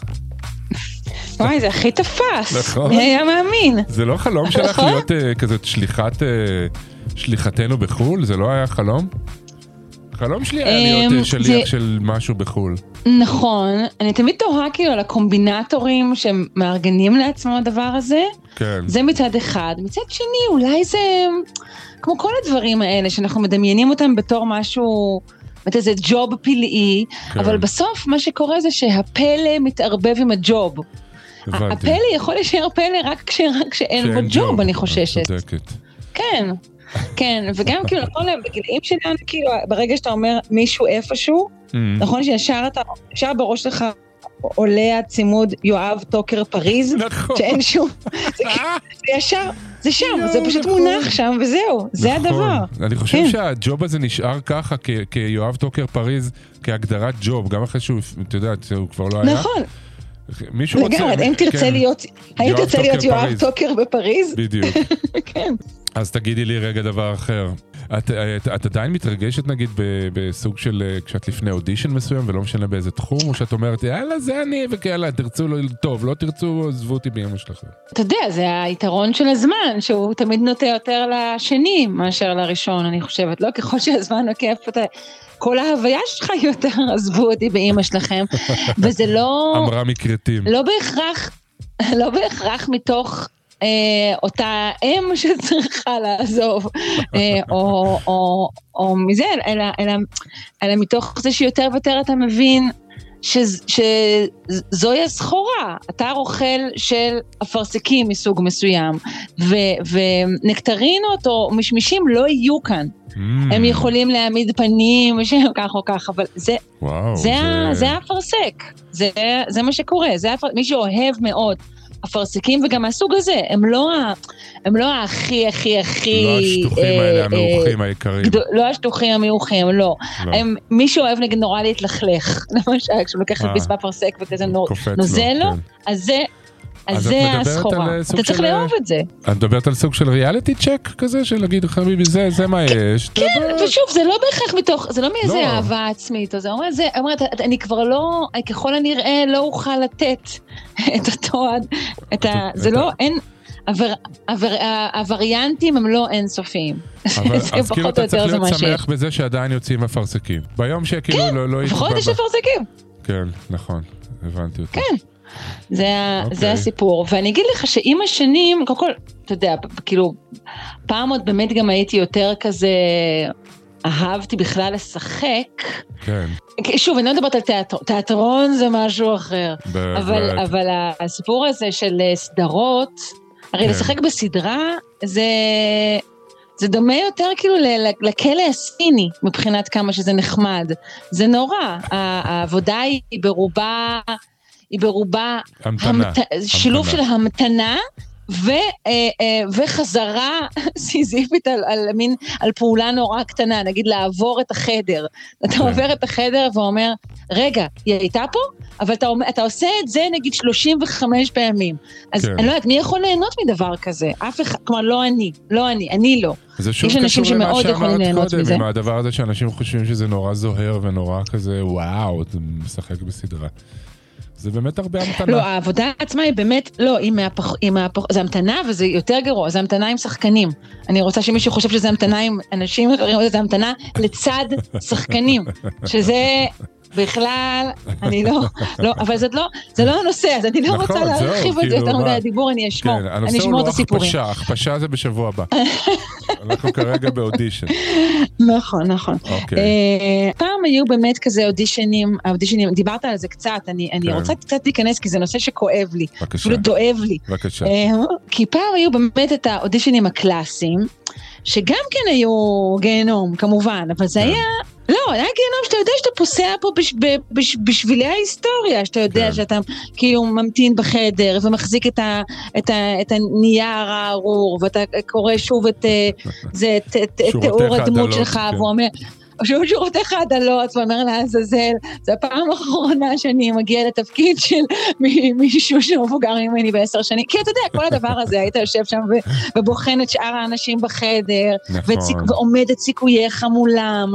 וואי, זה הכי תפס. נכון. מי היה מאמין? זה לא חלום שלך נכון? להיות uh, כזאת שליחת, uh, שליחתנו בחול? זה לא היה חלום? חלום שלי היה להיות uh, שליח זה... של משהו בחול. נכון, אני תמיד תוהה כאילו על הקומבינטורים שמארגנים לעצמם הדבר הזה. כן. זה מצד אחד. מצד שני, אולי זה כמו כל הדברים האלה שאנחנו מדמיינים אותם בתור משהו, איזה ג'וב פלאי, כן. אבל בסוף מה שקורה זה שהפלא מתערבב עם הג'וב. הבנתי. הפלא יכול להישאר פלא רק כש, כשאין בו ג'וב, ג'וב, אני חוששת. צודקת. כן. כן, וגם כאילו, נכון, בגילאים שלנו, כאילו, ברגע שאתה אומר מישהו איפשהו, נכון שישר אתה, ישר בראש שלך עולה הצימוד יואב טוקר פריז, שאין שום, זה ישר, זה שם, זה פשוט מונח שם, וזהו, זה הדבר. אני חושב שהג'וב הזה נשאר ככה, כיואב טוקר פריז, כהגדרת ג'וב, גם אחרי שהוא, אתה יודע, הוא כבר לא היה. נכון. מישהו רוצה... לגמרי, האם תרצה להיות, האם תרצה להיות יואב טוקר בפריז? בדיוק. כן. אז תגידי לי רגע דבר אחר. את, את, את עדיין מתרגשת נגיד בסוג של, כשאת לפני אודישן מסוים ולא משנה באיזה תחום, או שאת אומרת, יאללה זה אני, וכאלה, תרצו לו טוב, לא תרצו, עזבו אותי ביום שלכם. אתה יודע, זה היתרון של הזמן, שהוא תמיד נוטה יותר לשני מאשר לראשון, אני חושבת, לא? ככל שהזמן עוקף אותה, כל ההוויה שלך יותר עזבו אותי באמא שלכם, וזה לא... אמרה מקרטים. לא בהכרח, לא בהכרח מתוך... אה, אותה אם שצריכה לעזוב, אה, או, או, או מזה, אלא, אלא, אלא מתוך זה שיותר ויותר אתה מבין שז, שזוהי הסחורה, אתה רוכל של אפרסקים מסוג מסוים, ו, ונקטרינות או משמישים לא יהיו כאן. Mm. הם יכולים להעמיד פנים שהם כך או כך, אבל זה, וואו, זה, זה... זה הפרסק, זה, זה מה שקורה, זה הפרסק, מי שאוהב מאוד אפרסקים וגם מהסוג הזה, הם לא, הם לא הכי, הכי, הכי... לא השטוחים האלה, המאוחים העיקריים. לא השטוחים המאוחים, לא. הם, מי שאוהב נגד נורא להתלכלך, למשל, כשהוא לוקח את ביס בפרסק וכזה נוזל לו, אז זה... אז זה הסחורה. אתה צריך לאהוב את זה. את מדברת על סוג של ריאליטי צ'ק כזה, של להגיד חביבי, זה, זה מה יש. כן, ושוב, זה לא בהכרח מתוך, זה לא מאיזה אהבה עצמית, זה אומר, זה, אומרת, אני כבר לא, ככל הנראה, לא אוכל לתת את אותו, זה לא, אין, הווריאנטים הם לא אינסופיים. אז כאילו אתה צריך להיות שמח בזה שעדיין יוצאים אפרסקים. ביום שכאילו לא... כן, לפחות יש אפרסקים. כן, נכון, הבנתי אותי. כן. זה, okay. זה הסיפור, ואני אגיד לך שעם השנים, קודם כל, אתה יודע, כאילו, פעם עוד באמת גם הייתי יותר כזה, אהבתי בכלל לשחק, כן. שוב, אני לא מדברת על תיאטרון, תיאטרון זה משהו אחר, ב- אבל, אבל הסיפור הזה של סדרות, הרי כן. לשחק בסדרה, זה... זה דומה יותר כאילו לכלא הסיני, מבחינת כמה שזה נחמד, זה נורא, העבודה היא ברובה... היא ברובה המתנה, המת... שילוב המתנה. של המתנה ו... וחזרה סיזיפית על, על, מין, על פעולה נורא קטנה, נגיד לעבור את החדר. אתה עובר את החדר ואומר, רגע, היא הייתה פה? אבל אתה, אתה עושה את זה נגיד שלושים וחמש פעמים. אז כן. אני לא יודעת, מי יכול ליהנות מדבר כזה? אף אחד, כלומר לא אני, לא אני, אני לא. זה שוב קשור למה שאמרת קודם, עם הדבר הזה שאנשים חושבים שזה נורא זוהר ונורא כזה, וואו, אתה משחק בסדרה. זה באמת הרבה המתנה. לא, העבודה עצמה היא באמת, לא, היא מהפח, היא מהפח, זה המתנה וזה יותר גרוע, זה המתנה עם שחקנים. אני רוצה שמישהו חושב שזה המתנה עם אנשים אחרים, זה המתנה לצד שחקנים, שזה בכלל, אני לא, לא, אבל זה לא, זה לא הנושא, אז אני לא רוצה להרחיב את זה יותר מדי הדיבור, אני אשמור, אני אשמור את הסיפורים. הנושא הוא לא הכפשה, הכפשה זה בשבוע הבא. אנחנו כרגע באודישן. נכון, נכון. פעם היו באמת כזה אודישנים, אודישנים, דיברת על זה קצת, אני רוצה קצת להיכנס, כי זה נושא שכואב לי, אפילו דואב לי. בבקשה. כי פעם היו באמת את האודישנים הקלאסיים, שגם כן היו גיהנום, כמובן, אבל זה היה לא, היה גיהנום שאתה יודע שאתה פוסע פה בש, בש, בשבילי ההיסטוריה, שאתה יודע כן. שאתה כאילו ממתין בחדר ומחזיק את, ה, את, ה, את הנייר הארור, ואתה קורא שוב את, זה, את, את, את תיאור הדמות שלך, כן. ואומר... שוב שורותיך הדלות, ואומר לעזאזל, זו הפעם האחרונה שאני מגיע לתפקיד של מישהו שמבוגר ממני בעשר שנים, כי אתה יודע, כל הדבר הזה, היית יושב שם ובוחן את שאר האנשים בחדר, ועומד את סיכוייך מולם,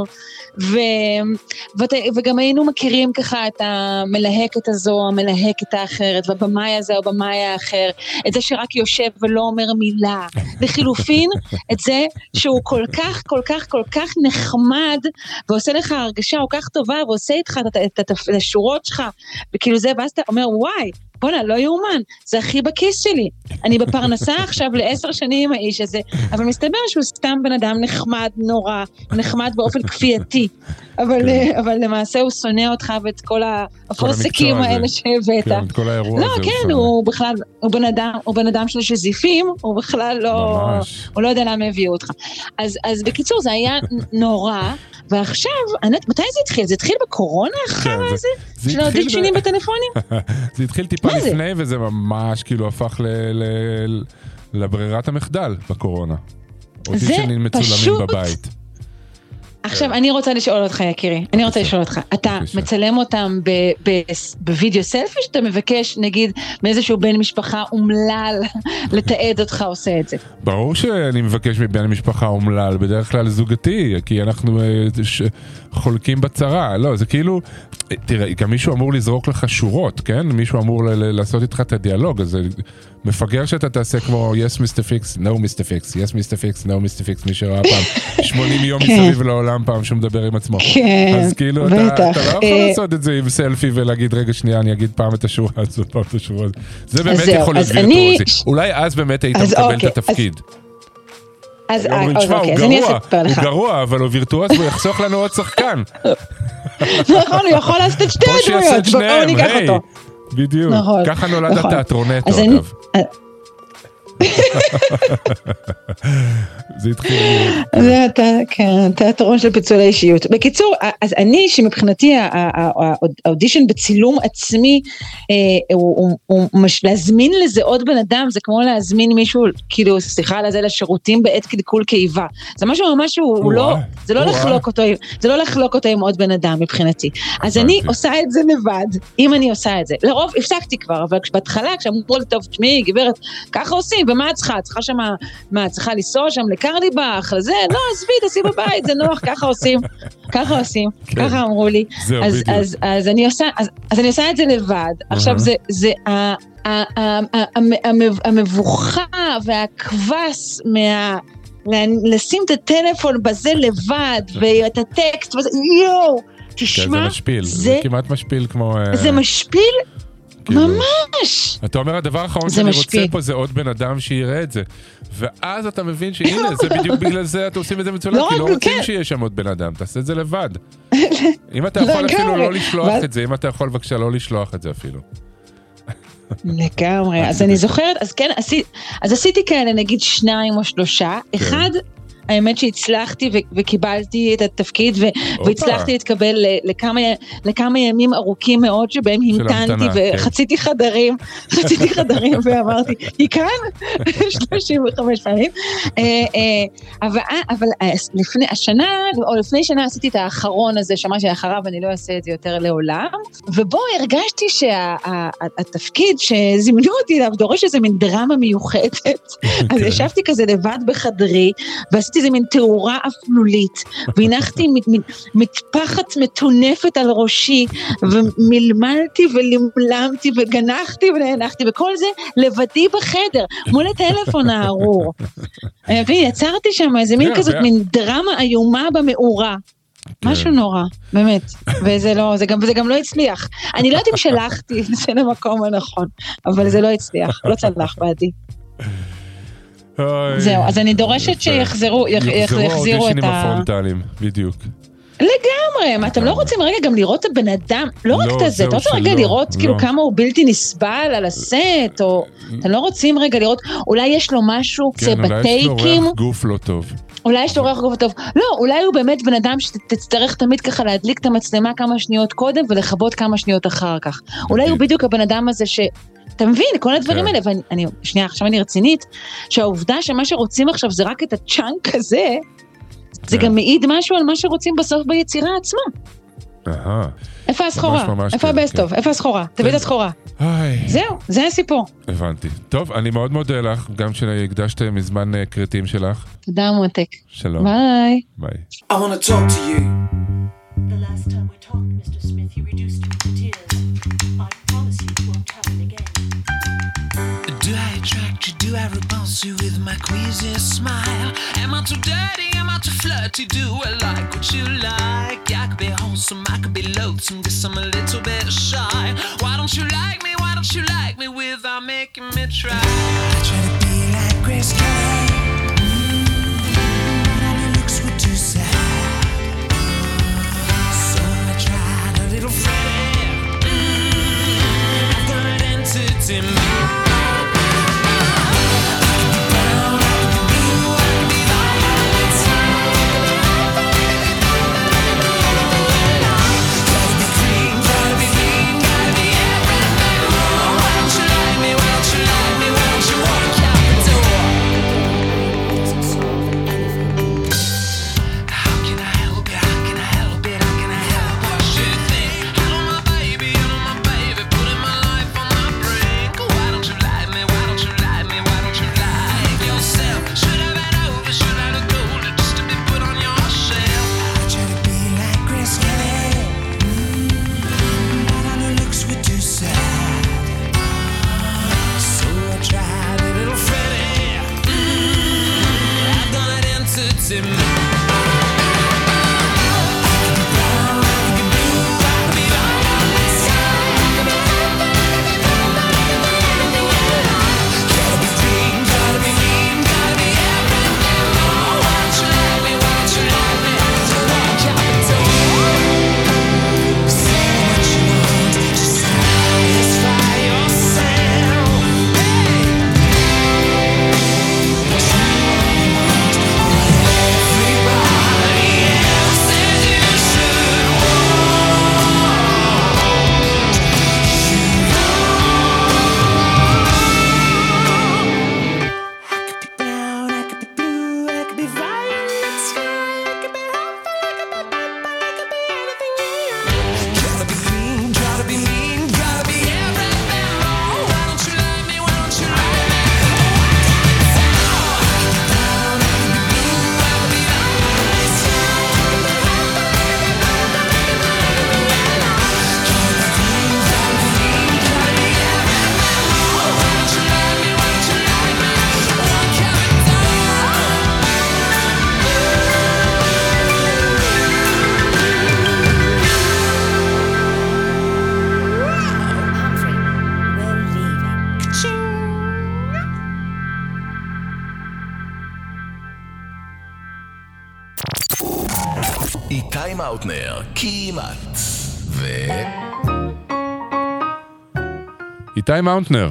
וגם היינו מכירים ככה את המלהקת הזו, המלהקת האחרת, והבמאי הזה או במאי האחר, את זה שרק יושב ולא אומר מילה, לחילופין, את זה שהוא כל כך, כל כך, כל כך נחמד, ועושה לך הרגשה כל כך טובה, ועושה איתך את השורות שלך, וכאילו זה, ואז אתה אומר, וואי, בונה, לא יאומן, זה הכי בכיס שלי. אני בפרנסה עכשיו לעשר שנים עם האיש הזה, אבל מסתבר שהוא סתם בן אדם נחמד נורא, נחמד באופן כפייתי, אבל, אבל למעשה הוא שונא אותך ואת כל הפרסקים האלה שהבאת. כן, את כל האירוע לא, הזה. כן, הוא, הוא בכלל, הוא בן אדם, הוא בן אדם של שזיפים, הוא בכלל לא, ממש. הוא לא יודע למה הביאו אותך. אז, אז בקיצור, זה היה נורא, ועכשיו, ענת, מתי זה התחיל? זה התחיל בקורונה אחר כן, הזה? זה, של האודישנים ב... בטלפונים? זה התחיל טיפה לפני, וזה ממש כאילו הפך ל... ל... לברירת המחדל בקורונה. אודישנים מצולמים בבית. עכשיו, אני רוצה לשאול אותך, יקירי, אני רוצה לשאול אותך, אתה מצלם אותם בווידאו סלפי, שאתה מבקש, נגיד, מאיזשהו בן משפחה אומלל, לתעד אותך עושה את זה? ברור שאני מבקש מבן משפחה אומלל, בדרך כלל זוגתי, כי אנחנו חולקים בצרה, לא, זה כאילו, תראה, גם מישהו אמור לזרוק לך שורות, כן? מישהו אמור לעשות איתך את הדיאלוג, אז זה מפגר שאתה תעשה כמו, yes מיסטר Fix, no מיסטר Fix, yes מיסטר Fix, no מיסטר Fix, מי שראה פעם, שמונים יום מסביב לעולם פעם שהוא מדבר עם עצמו. אז כאילו, אתה לא יכול לעשות את זה עם סלפי ולהגיד, רגע שנייה, אני אגיד פעם את השורה הזאת, פעם את השורה הזאת. זה באמת יכול להיות וירטואוזי. אולי אז באמת היית מקבל את התפקיד. אז אני אספר לך. הוא גרוע, אבל הוא וירטואוז והוא יחסוך לנו עוד שחקן. נכון, הוא יכול לעשות את שתי הדמויות, בואו ניקח אותו. בדיוק, ככה נולד התיאטרונטו אגב. זה התחיל... זה תיאטרון של פיצולי אישיות. בקיצור, אז אני שמבחינתי האודישן בצילום עצמי, להזמין לזה עוד בן אדם, זה כמו להזמין מישהו, כאילו, סליחה לזה, לשירותים בעת קלקול קיבה. זה משהו ממש שהוא לא, זה לא לחלוק אותו, זה לא לחלוק אותו עם עוד בן אדם מבחינתי. אז אני עושה את זה לבד, אם אני עושה את זה. לרוב הפסקתי כבר, אבל בהתחלה, כשאמרו לי, טוב, תשמעי, גברת, ככה עושים, ומה את צריכה? את צריכה שם, מה, את צריכה לנסוע שם לקרליבך, לזה? לא, עזבי, תעשי בבית, זה נוח, ככה עושים, ככה עושים, ככה אמרו לי. אז אני עושה את זה לבד. עכשיו, זה המבוכה והכבש מה... לשים את הטלפון בזה לבד, ואת הטקסט, יואו, תשמע, זה משפיל, זה כמעט משפיל כמו... זה משפיל? ממש. אתה אומר, הדבר האחרון שאני רוצה פה זה עוד בן אדם שיראה את זה. ואז אתה מבין שהנה, זה בדיוק בגלל זה אתם עושים את זה מצולם, כי לא רוצים שיש שם עוד בן אדם, תעשה את זה לבד. אם אתה יכול אפילו לא לשלוח את זה, אם אתה יכול בבקשה לא לשלוח את זה אפילו. לגמרי, אז אני זוכרת, אז כן, אז עשיתי כאלה נגיד שניים או שלושה, אחד... האמת שהצלחתי וקיבלתי את התפקיד והצלחתי להתקבל לכמה ימים ארוכים מאוד שבהם המתנתי וחציתי חדרים, חציתי חדרים ואמרתי, היא כאן? שלושים וחמש פעמים. אבל לפני השנה, או לפני שנה עשיתי את האחרון הזה, שמה שאחריו אני לא אעשה את זה יותר לעולם, ובו הרגשתי שהתפקיד שזימנו אותי אליו דורש איזה מין דרמה מיוחדת, אז ישבתי כזה לבד בחדרי, ועשיתי איזה מין תאורה אפלולית, והנחתי מטפחת מטונפת על ראשי, ומלמלתי ולמלמתי וגנחתי ונהנחתי, וכל זה לבדי בחדר, מול הטלפון הארור. ויצרתי שם איזה מין כזאת, מין דרמה איומה במאורה. משהו נורא, באמת. וזה לא, זה גם, זה גם לא הצליח. אני לא יודעת אם שלחתי את זה למקום הנכון, אבל זה לא הצליח, לא צלח בעדי. זהו, אז אני דורשת שיחזרו, יחזירו את ה... אודישנים הפרונטליים, בדיוק. לגמרי, מה, אתם לא רוצים רגע גם לראות את הבן אדם, לא רק את הזה, אתה רוצה רגע לראות כאילו כמה הוא בלתי נסבל על הסט, או אתם לא רוצים רגע לראות, אולי יש לו משהו, זה בטייקים. כן, אולי יש לו ריח גוף לא טוב. אולי יש לו ריח גוף טוב. לא, אולי הוא באמת בן אדם שתצטרך תמיד ככה להדליק את המצלמה כמה שניות קודם ולכבות כמה שניות אחר כך. אולי הוא בדיוק הבן אדם הזה ש... אתה מבין, כל הדברים האלה, ואני, שנייה, עכשיו אני רצינית, שהעובדה שמה שרוצים עכשיו זה רק את הצ'אנק הזה, זה גם מעיד משהו על מה שרוצים בסוף ביצירה עצמה. אהה. איפה הסחורה? איפה הבסטוב? איפה הסחורה? תביא את הסחורה. זהו, זה הסיפור. הבנתי. טוב, אני מאוד מודה לך, גם שהקדשת מזמן קריטים שלך. תודה מותק. שלום. ביי. ביי. I want to talk to you. The last time we talked, Mister Smith, you reduced me to tears. I promise you it won't happen again. Do I attract you? Do I repulse you with my queasy smile? Am I too dirty? Am I too flirty? Do I like what you like? I could be wholesome, I could be loathsome, guess I'm a little bit shy. Why don't you like me? Why don't you like me without making me try? I try to be like Grace Kelly, mm, but all your looks were too sad. So I tried a little Freddie, mm, I've got an entity mind. איתי מאוטנר, כמעט, ו... איתי מאוטנר.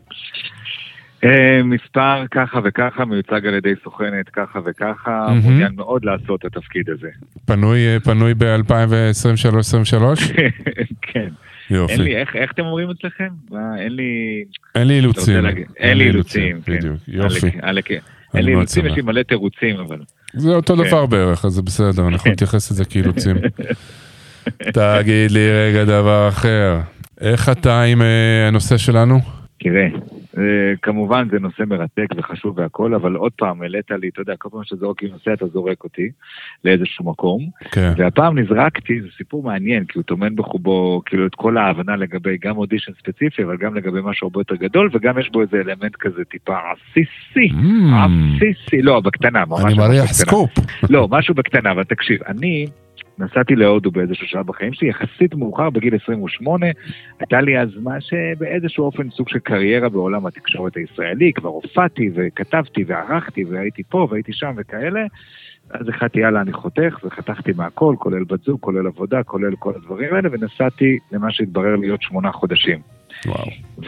מספר ככה וככה, מיוצג על ידי סוכנת ככה וככה, מעוניין מאוד לעשות את התפקיד הזה. פנוי ב-אלפיים עשרים ושלוש עשרים ושלוש? כן. יופי. אין לי, איך אתם אומרים אצלכם? אין לי... אין לי אילוצים. אין לי אילוצים, כן. בדיוק, יופי. אין לי אילוצים, יש לי מלא תירוצים, אבל... זה אותו דבר בערך, אז זה בסדר, אנחנו נתייחס לזה כאילוצים. תגיד לי רגע דבר אחר. איך אתה עם הנושא שלנו? תראה, כמובן זה נושא מרתק וחשוב והכל, אבל עוד פעם העלית לי, אתה יודע, כל פעם שזורק עם נושא אתה זורק אותי לאיזשהו מקום, והפעם נזרקתי, זה סיפור מעניין, כי הוא תומן בחובו כאילו את כל ההבנה לגבי גם אודישן ספציפי, אבל גם לגבי משהו הרבה יותר גדול, וגם יש בו איזה אלמנט כזה טיפה עסיסי, עסיסי, לא, בקטנה, ממש אני מריח סקופ. לא, משהו בקטנה, אבל תקשיב, אני... נסעתי להודו באיזשהו שעה בחיים שלי, יחסית מאוחר בגיל עשרים ושמונה, הייתה לי אז מה שבאיזשהו אופן סוג של קריירה בעולם התקשורת הישראלי, כבר הופעתי וכתבתי וערכתי והייתי פה והייתי שם וכאלה, אז החלטתי יאללה אני חותך וחתכתי מהכל, כולל בת זוג, כולל עבודה, כולל כל הדברים האלה, ונסעתי למה שהתברר להיות שמונה חודשים. וואו.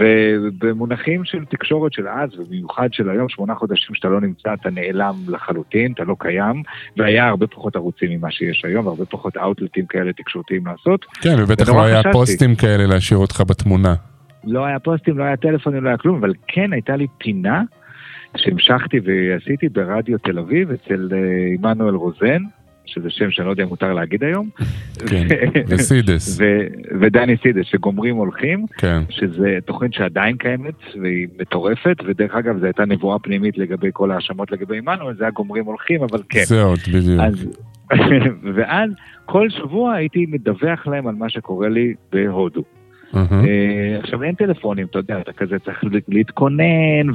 ובמונחים של תקשורת של אז, ובמיוחד של היום, שמונה חודשים שאתה לא נמצא, אתה נעלם לחלוטין, אתה לא קיים, והיה הרבה פחות ערוצים ממה שיש היום, והרבה פחות אאוטלטים כאלה תקשורתיים לעשות. כן, ובטח לא היה פוסטים כאלה להשאיר אותך בתמונה. לא היה פוסטים, לא היה טלפונים, לא היה כלום, אבל כן הייתה לי פינה שהמשכתי ועשיתי ברדיו תל אביב, אצל עמנואל רוזן, שזה שם שאני לא יודע אם מותר להגיד היום. כן, וסידס. ודני סידס, שגומרים הולכים, כן. שזה תוכנית שעדיין קיימת, והיא מטורפת, ודרך אגב, זו הייתה נבואה פנימית לגבי כל האשמות לגבי עמנואל, זה היה גומרים הולכים, אבל כן. זה עוד, בדיוק. אז, ואז כל שבוע הייתי מדווח להם על מה שקורה לי בהודו. עכשיו אין טלפונים, אתה יודע, אתה כזה צריך להתכונן,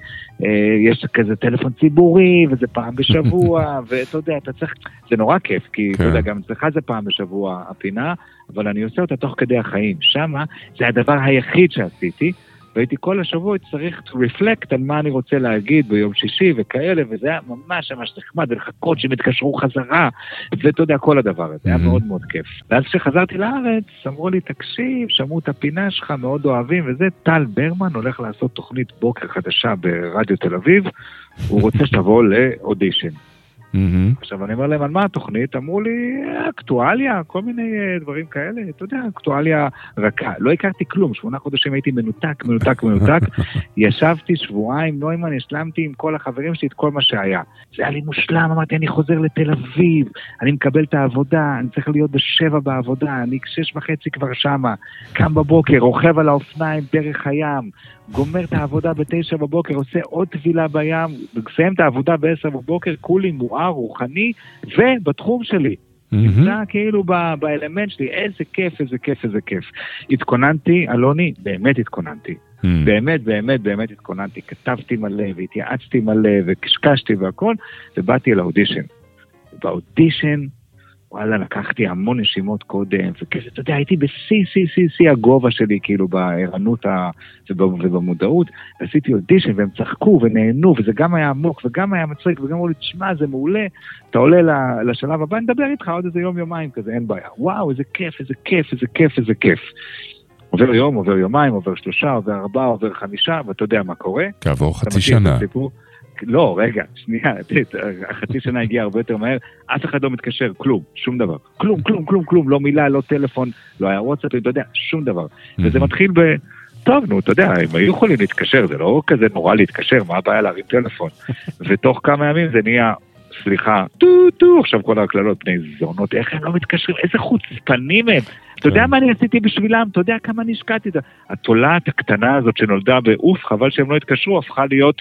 ויש כזה טלפון ציבורי, וזה פעם בשבוע, ואתה יודע, אתה צריך, זה נורא כיף, כי אתה יודע, גם אצלך זה פעם בשבוע הפינה, אבל אני עושה אותה תוך כדי החיים. שמה, זה הדבר היחיד שעשיתי, והייתי כל השבוע צריך to reflect על מה אני רוצה להגיד ביום שישי וכאלה, וזה היה ממש ממש נחמד, ולחכות שהם התקשרו חזרה, ואתה יודע, כל הדבר הזה, היה מאוד מאוד כיף. ואז כשחזרתי לארץ, אמרו לי, תקשיב, שמעו את הפינה שלך, מאוד אוהבים, וזה טל ברמן הולך לעשות תוכנית בוקר חדשה ברדיו תל אביב, הוא רוצה שתבוא לאודישן. עכשיו אני אומר להם על מה התוכנית, אמרו לי אקטואליה, כל מיני דברים כאלה, אתה יודע, אקטואליה רכה, לא הכרתי כלום, שמונה חודשים הייתי מנותק, מנותק, מנותק, ישבתי שבועיים, נוימן, השלמתי עם כל החברים שלי את כל מה שהיה, זה היה לי מושלם, אמרתי אני חוזר לתל אביב, אני מקבל את העבודה, אני צריך להיות בשבע בעבודה, אני שש וחצי כבר שמה, קם בבוקר, רוכב על האופניים דרך הים, גומר את העבודה בתשע בבוקר, עושה עוד טבילה בים, מסיים את העבודה בעשר בבוקר, כולי מואר, רוחני, ובתחום שלי. נמצא כאילו באלמנט שלי, איזה כיף, איזה כיף, איזה כיף. התכוננתי, אלוני, באמת התכוננתי. באמת, באמת, באמת התכוננתי. כתבתי מלא, והתייעצתי מלא, וקשקשתי והכל, ובאתי אל האודישן. באודישן, וואלה, לקחתי המון נשימות קודם, וכזה, אתה יודע, הייתי בסי, סי, סי, סי הגובה שלי, כאילו, בערנות ובמודעות, ועשיתי אודישן, והם צחקו ונהנו, וזה גם היה עמוק, וגם היה מצחיק, וגם אמרו לי, תשמע, זה מעולה, אתה עולה לשלב הבא, נדבר איתך עוד איזה יום, יומיים כזה, אין בעיה. וואו, איזה כיף, איזה כיף, איזה כיף, איזה כיף. עובר יום, עובר יומיים, עובר שלושה, עובר ארבעה, עובר חמישה, ואתה יודע מה קורה. כעבור חצי שנה. לא, רגע, שנייה, החצי שנה הגיעה הרבה יותר מהר, אף אחד לא מתקשר, כלום, שום דבר. כלום, כלום, כלום, כלום, לא מילה, לא טלפון, לא היה וואטסאפ, אתה יודע, שום דבר. וזה מתחיל ב... טוב, נו, אתה יודע, הם היו יכולים להתקשר, זה לא כזה נורא להתקשר, מה הבעיה להרים טלפון? ותוך כמה ימים זה נהיה, סליחה, טו, טו, עכשיו כל הכללות בני זונות, איך הם לא מתקשרים, איזה חוצפנים הם. אתה יודע מה אני עשיתי בשבילם? אתה יודע כמה אני השקעתי את זה? התולעת הקטנה הזאת שנולדה באוף, חבל שהם לא התקשרו, הפכה להיות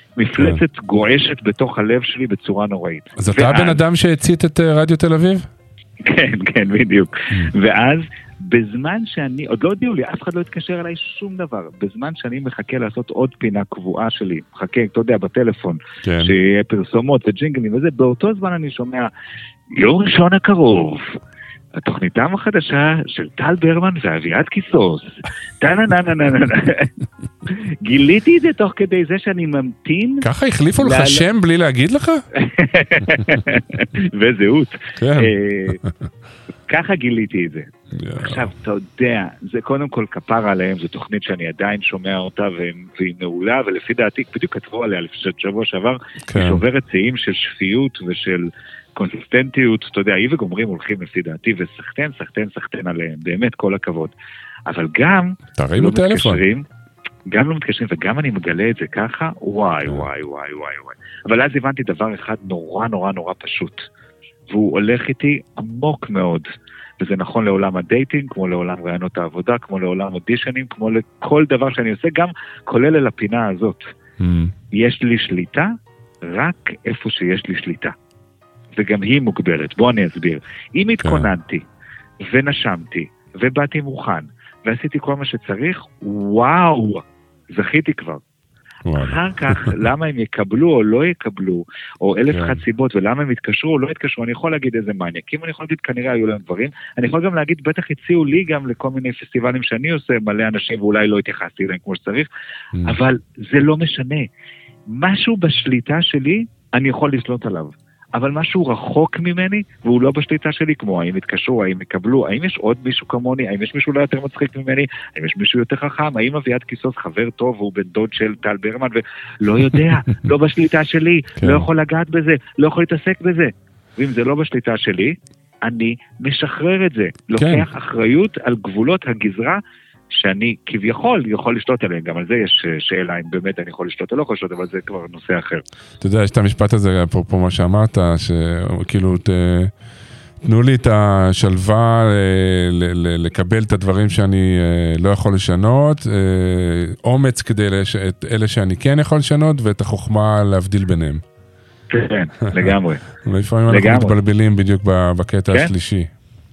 מפלצת גועשת בתוך הלב שלי בצורה נוראית. אז אתה הבן אדם שהצית את רדיו תל אביב? כן, כן, בדיוק. ואז, בזמן שאני, עוד לא הודיעו לי, אף אחד לא התקשר אליי שום דבר, בזמן שאני מחכה לעשות עוד פינה קבועה שלי, מחכה, אתה יודע, בטלפון, שיהיה פרסומות וג'ינגלים וזה, באותו זמן אני שומע, יום ראשון הקרוב, התוכניתם החדשה של טל ברמן ואביעד כיסוס. טה-נה-נה-נה-נה-נה. גיליתי את זה תוך כדי זה שאני ממתין. ככה החליפו לך שם בלי להגיד לך? וזהות. ככה גיליתי את זה. עכשיו, אתה יודע, זה קודם כל כפר עליהם, זו תוכנית שאני עדיין שומע אותה, והיא מעולה, ולפי דעתי, בדיוק כתבו עליה שבוע שעבר, היא שוברת שיאים של שפיות ושל... קונסיסטנטיות, אתה יודע, היא וגומרים הולכים לפי דעתי, וסחטן, סחטן, סחטן עליהם, באמת כל הכבוד. אבל גם, תרימו לא טלפון. מתקשרים, גם לא מתקשרים, וגם אני מגלה את זה ככה, וואי, וואי, וואי, וואי, וואי. אבל אז הבנתי דבר אחד נורא, נורא, נורא פשוט, והוא הולך איתי עמוק מאוד, וזה נכון לעולם הדייטינג, כמו לעולם רעיונות העבודה, כמו לעולם אודישנים, כמו לכל דבר שאני עושה, גם כולל אל הפינה הזאת. Mm. יש לי שליטה, רק איפה שיש לי שליטה. וגם היא מוגבלת. בוא אני אסביר. אם התכוננתי, ונשמתי, ובאתי מוכן, ועשיתי כל מה שצריך, וואו, זכיתי כבר. אחר כך, למה הם יקבלו או לא יקבלו, או אלף אחת סיבות, ולמה הם יתקשרו או לא יתקשרו, אני יכול להגיד איזה מניאקים, אני יכול להגיד כנראה היו להם דברים, אני יכול גם להגיד, בטח הציעו לי גם לכל מיני פסטיבלים שאני עושה, מלא אנשים, ואולי לא התייחסתי להם כמו שצריך, אבל זה לא משנה. משהו בשליטה שלי, אני יכול לשלוט עליו. אבל משהו רחוק ממני, והוא לא בשליטה שלי, כמו האם יתקשרו, האם יקבלו, האם יש עוד מישהו כמוני, האם יש מישהו לא יותר מצחיק ממני, האם יש מישהו יותר חכם, האם אביעד קיסוס חבר טוב, והוא בן דוד של טל ברמן, ולא יודע, לא בשליטה שלי, לא יכול לגעת בזה, לא יכול להתעסק בזה. ואם זה לא בשליטה שלי, אני משחרר את זה, לוקח אחריות על גבולות הגזרה, שאני כביכול יכול לשלוט עליהם, גם על זה יש שאלה אם באמת אני יכול לשלוט או לא יכול לשלוט, אבל זה כבר נושא אחר. אתה יודע, יש את המשפט הזה, אפרופו מה שאמרת, שכאילו תנו לי את השלווה לקבל את הדברים שאני לא יכול לשנות, אומץ כדי את אלה שאני כן יכול לשנות, ואת החוכמה להבדיל ביניהם. כן, לגמרי. לפעמים אנחנו מתבלבלים בדיוק בקטע השלישי.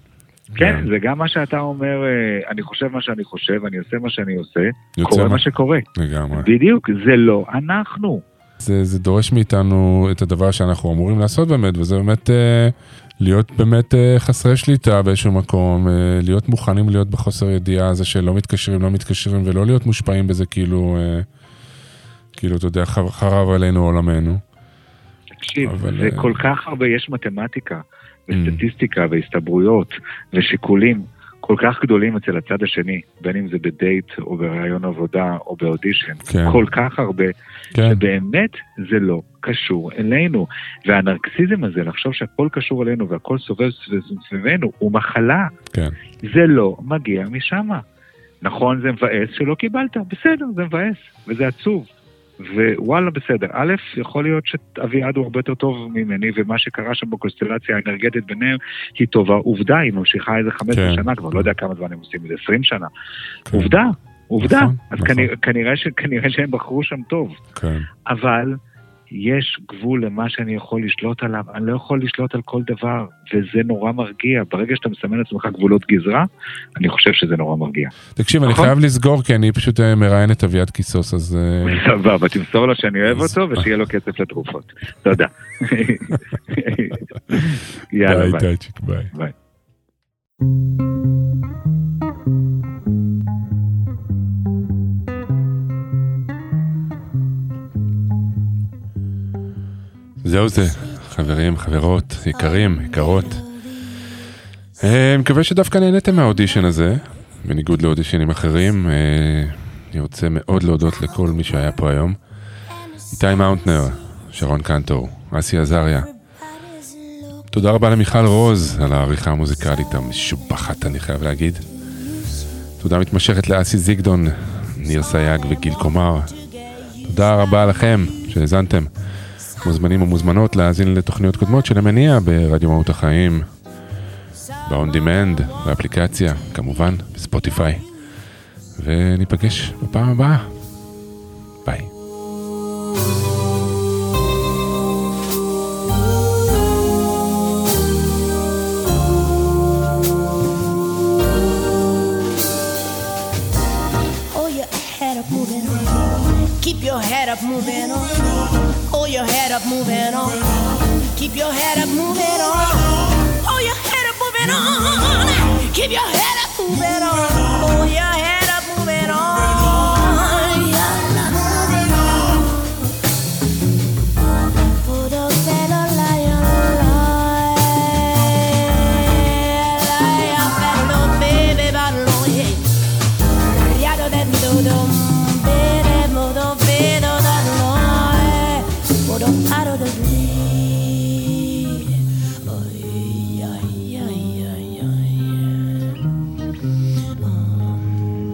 כן, זה גם מה שאתה אומר, אני חושב מה שאני חושב, אני עושה מה שאני עושה, קורה מה שקורה. לגמרי. בדיוק, זה לא אנחנו. זה, זה דורש מאיתנו את הדבר שאנחנו אמורים לעשות באמת, וזה באמת להיות באמת חסרי שליטה באיזשהו מקום, להיות מוכנים להיות בחוסר ידיעה הזה שלא מתקשרים, לא מתקשרים, ולא להיות מושפעים בזה כאילו, כאילו, אתה יודע, חרב עלינו עולמנו. תקשיב, זה כל כך הרבה, יש מתמטיקה. וסטטיסטיקה והסתברויות ושיקולים כל כך גדולים אצל הצד השני, בין אם זה בדייט או ברעיון עבודה או באודישן, כן. כל כך הרבה, כן. שבאמת זה לא קשור אלינו. והנרקסיזם הזה, לחשוב שהכל קשור אלינו והכל סובב סביבנו, הוא מחלה. כן. זה לא מגיע משם. נכון, זה מבאס שלא קיבלת, בסדר, זה מבאס, וזה עצוב. ווואלה בסדר, א', יכול להיות שאביעד הוא הרבה יותר טוב ממני, ומה שקרה שם בקונסטלציה האנרגטית ביניהם היא טובה, עובדה, היא ממשיכה איזה חמש עשרה שנה, כבר לא יודע כמה זמן הם עושים, איזה עשרים שנה, עובדה, עובדה, אז כנראה שהם בחרו שם טוב, אבל יש גבול למה שאני יכול לשלוט עליו, אני לא יכול לשלוט על כל דבר, וזה נורא מרגיע. ברגע שאתה מסמן לעצמך גבולות גזרה, אני חושב שזה נורא מרגיע. תקשיב, אני חייב לסגור, כי אני פשוט מראיין את אביעד קיסוס, אז... סבבה, תמסור לו שאני אוהב אותו, ושיהיה לו כסף לתרופות. תודה. יאללה, ביי. ביי. ביי. זהו זה, חברים, חברות, יקרים, יקרות. אני מקווה שדווקא נהניתם מהאודישן הזה, בניגוד לאודישנים אחרים. אני רוצה מאוד להודות לכל מי שהיה פה היום. איתי מאונטנר, שרון קנטור, אסי עזריה. תודה רבה למיכל רוז על העריכה המוזיקלית המשובחת, אני חייב להגיד. תודה מתמשכת לאסי זיגדון, ניר סייג וגיל קומר. תודה רבה לכם שהזנתם. מוזמנים ומוזמנות להאזין לתוכניות קודמות של המניע ברדיו מהות החיים, ב-on demand, באפליקציה, כמובן, בספוטיפיי. וניפגש בפעם הבאה. ביי. Keep your head up moving on. Hold your head up moving on. Keep your head up moving on. Hold your head up moving on. Keep your head up moving on. Hold your head up moving on. For the fellow lion, lion, fellow baby, battle, yeah. Yado that do do. Out of the lead. Oh, yeah, yeah, yeah, yeah, yeah. Um,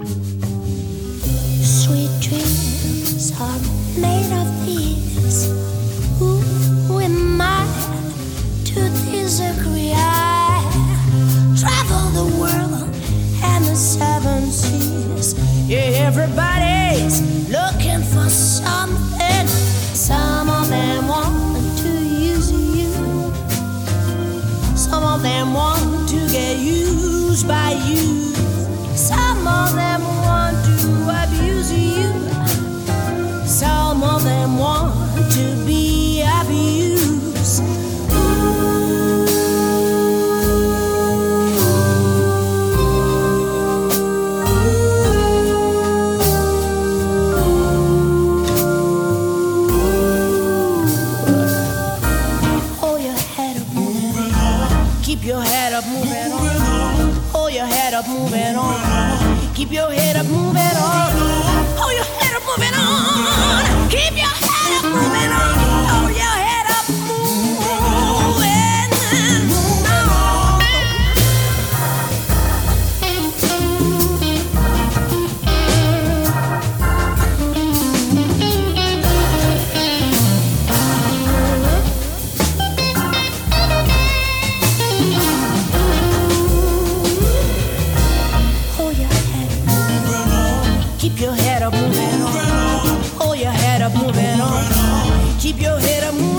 Keep your head up moving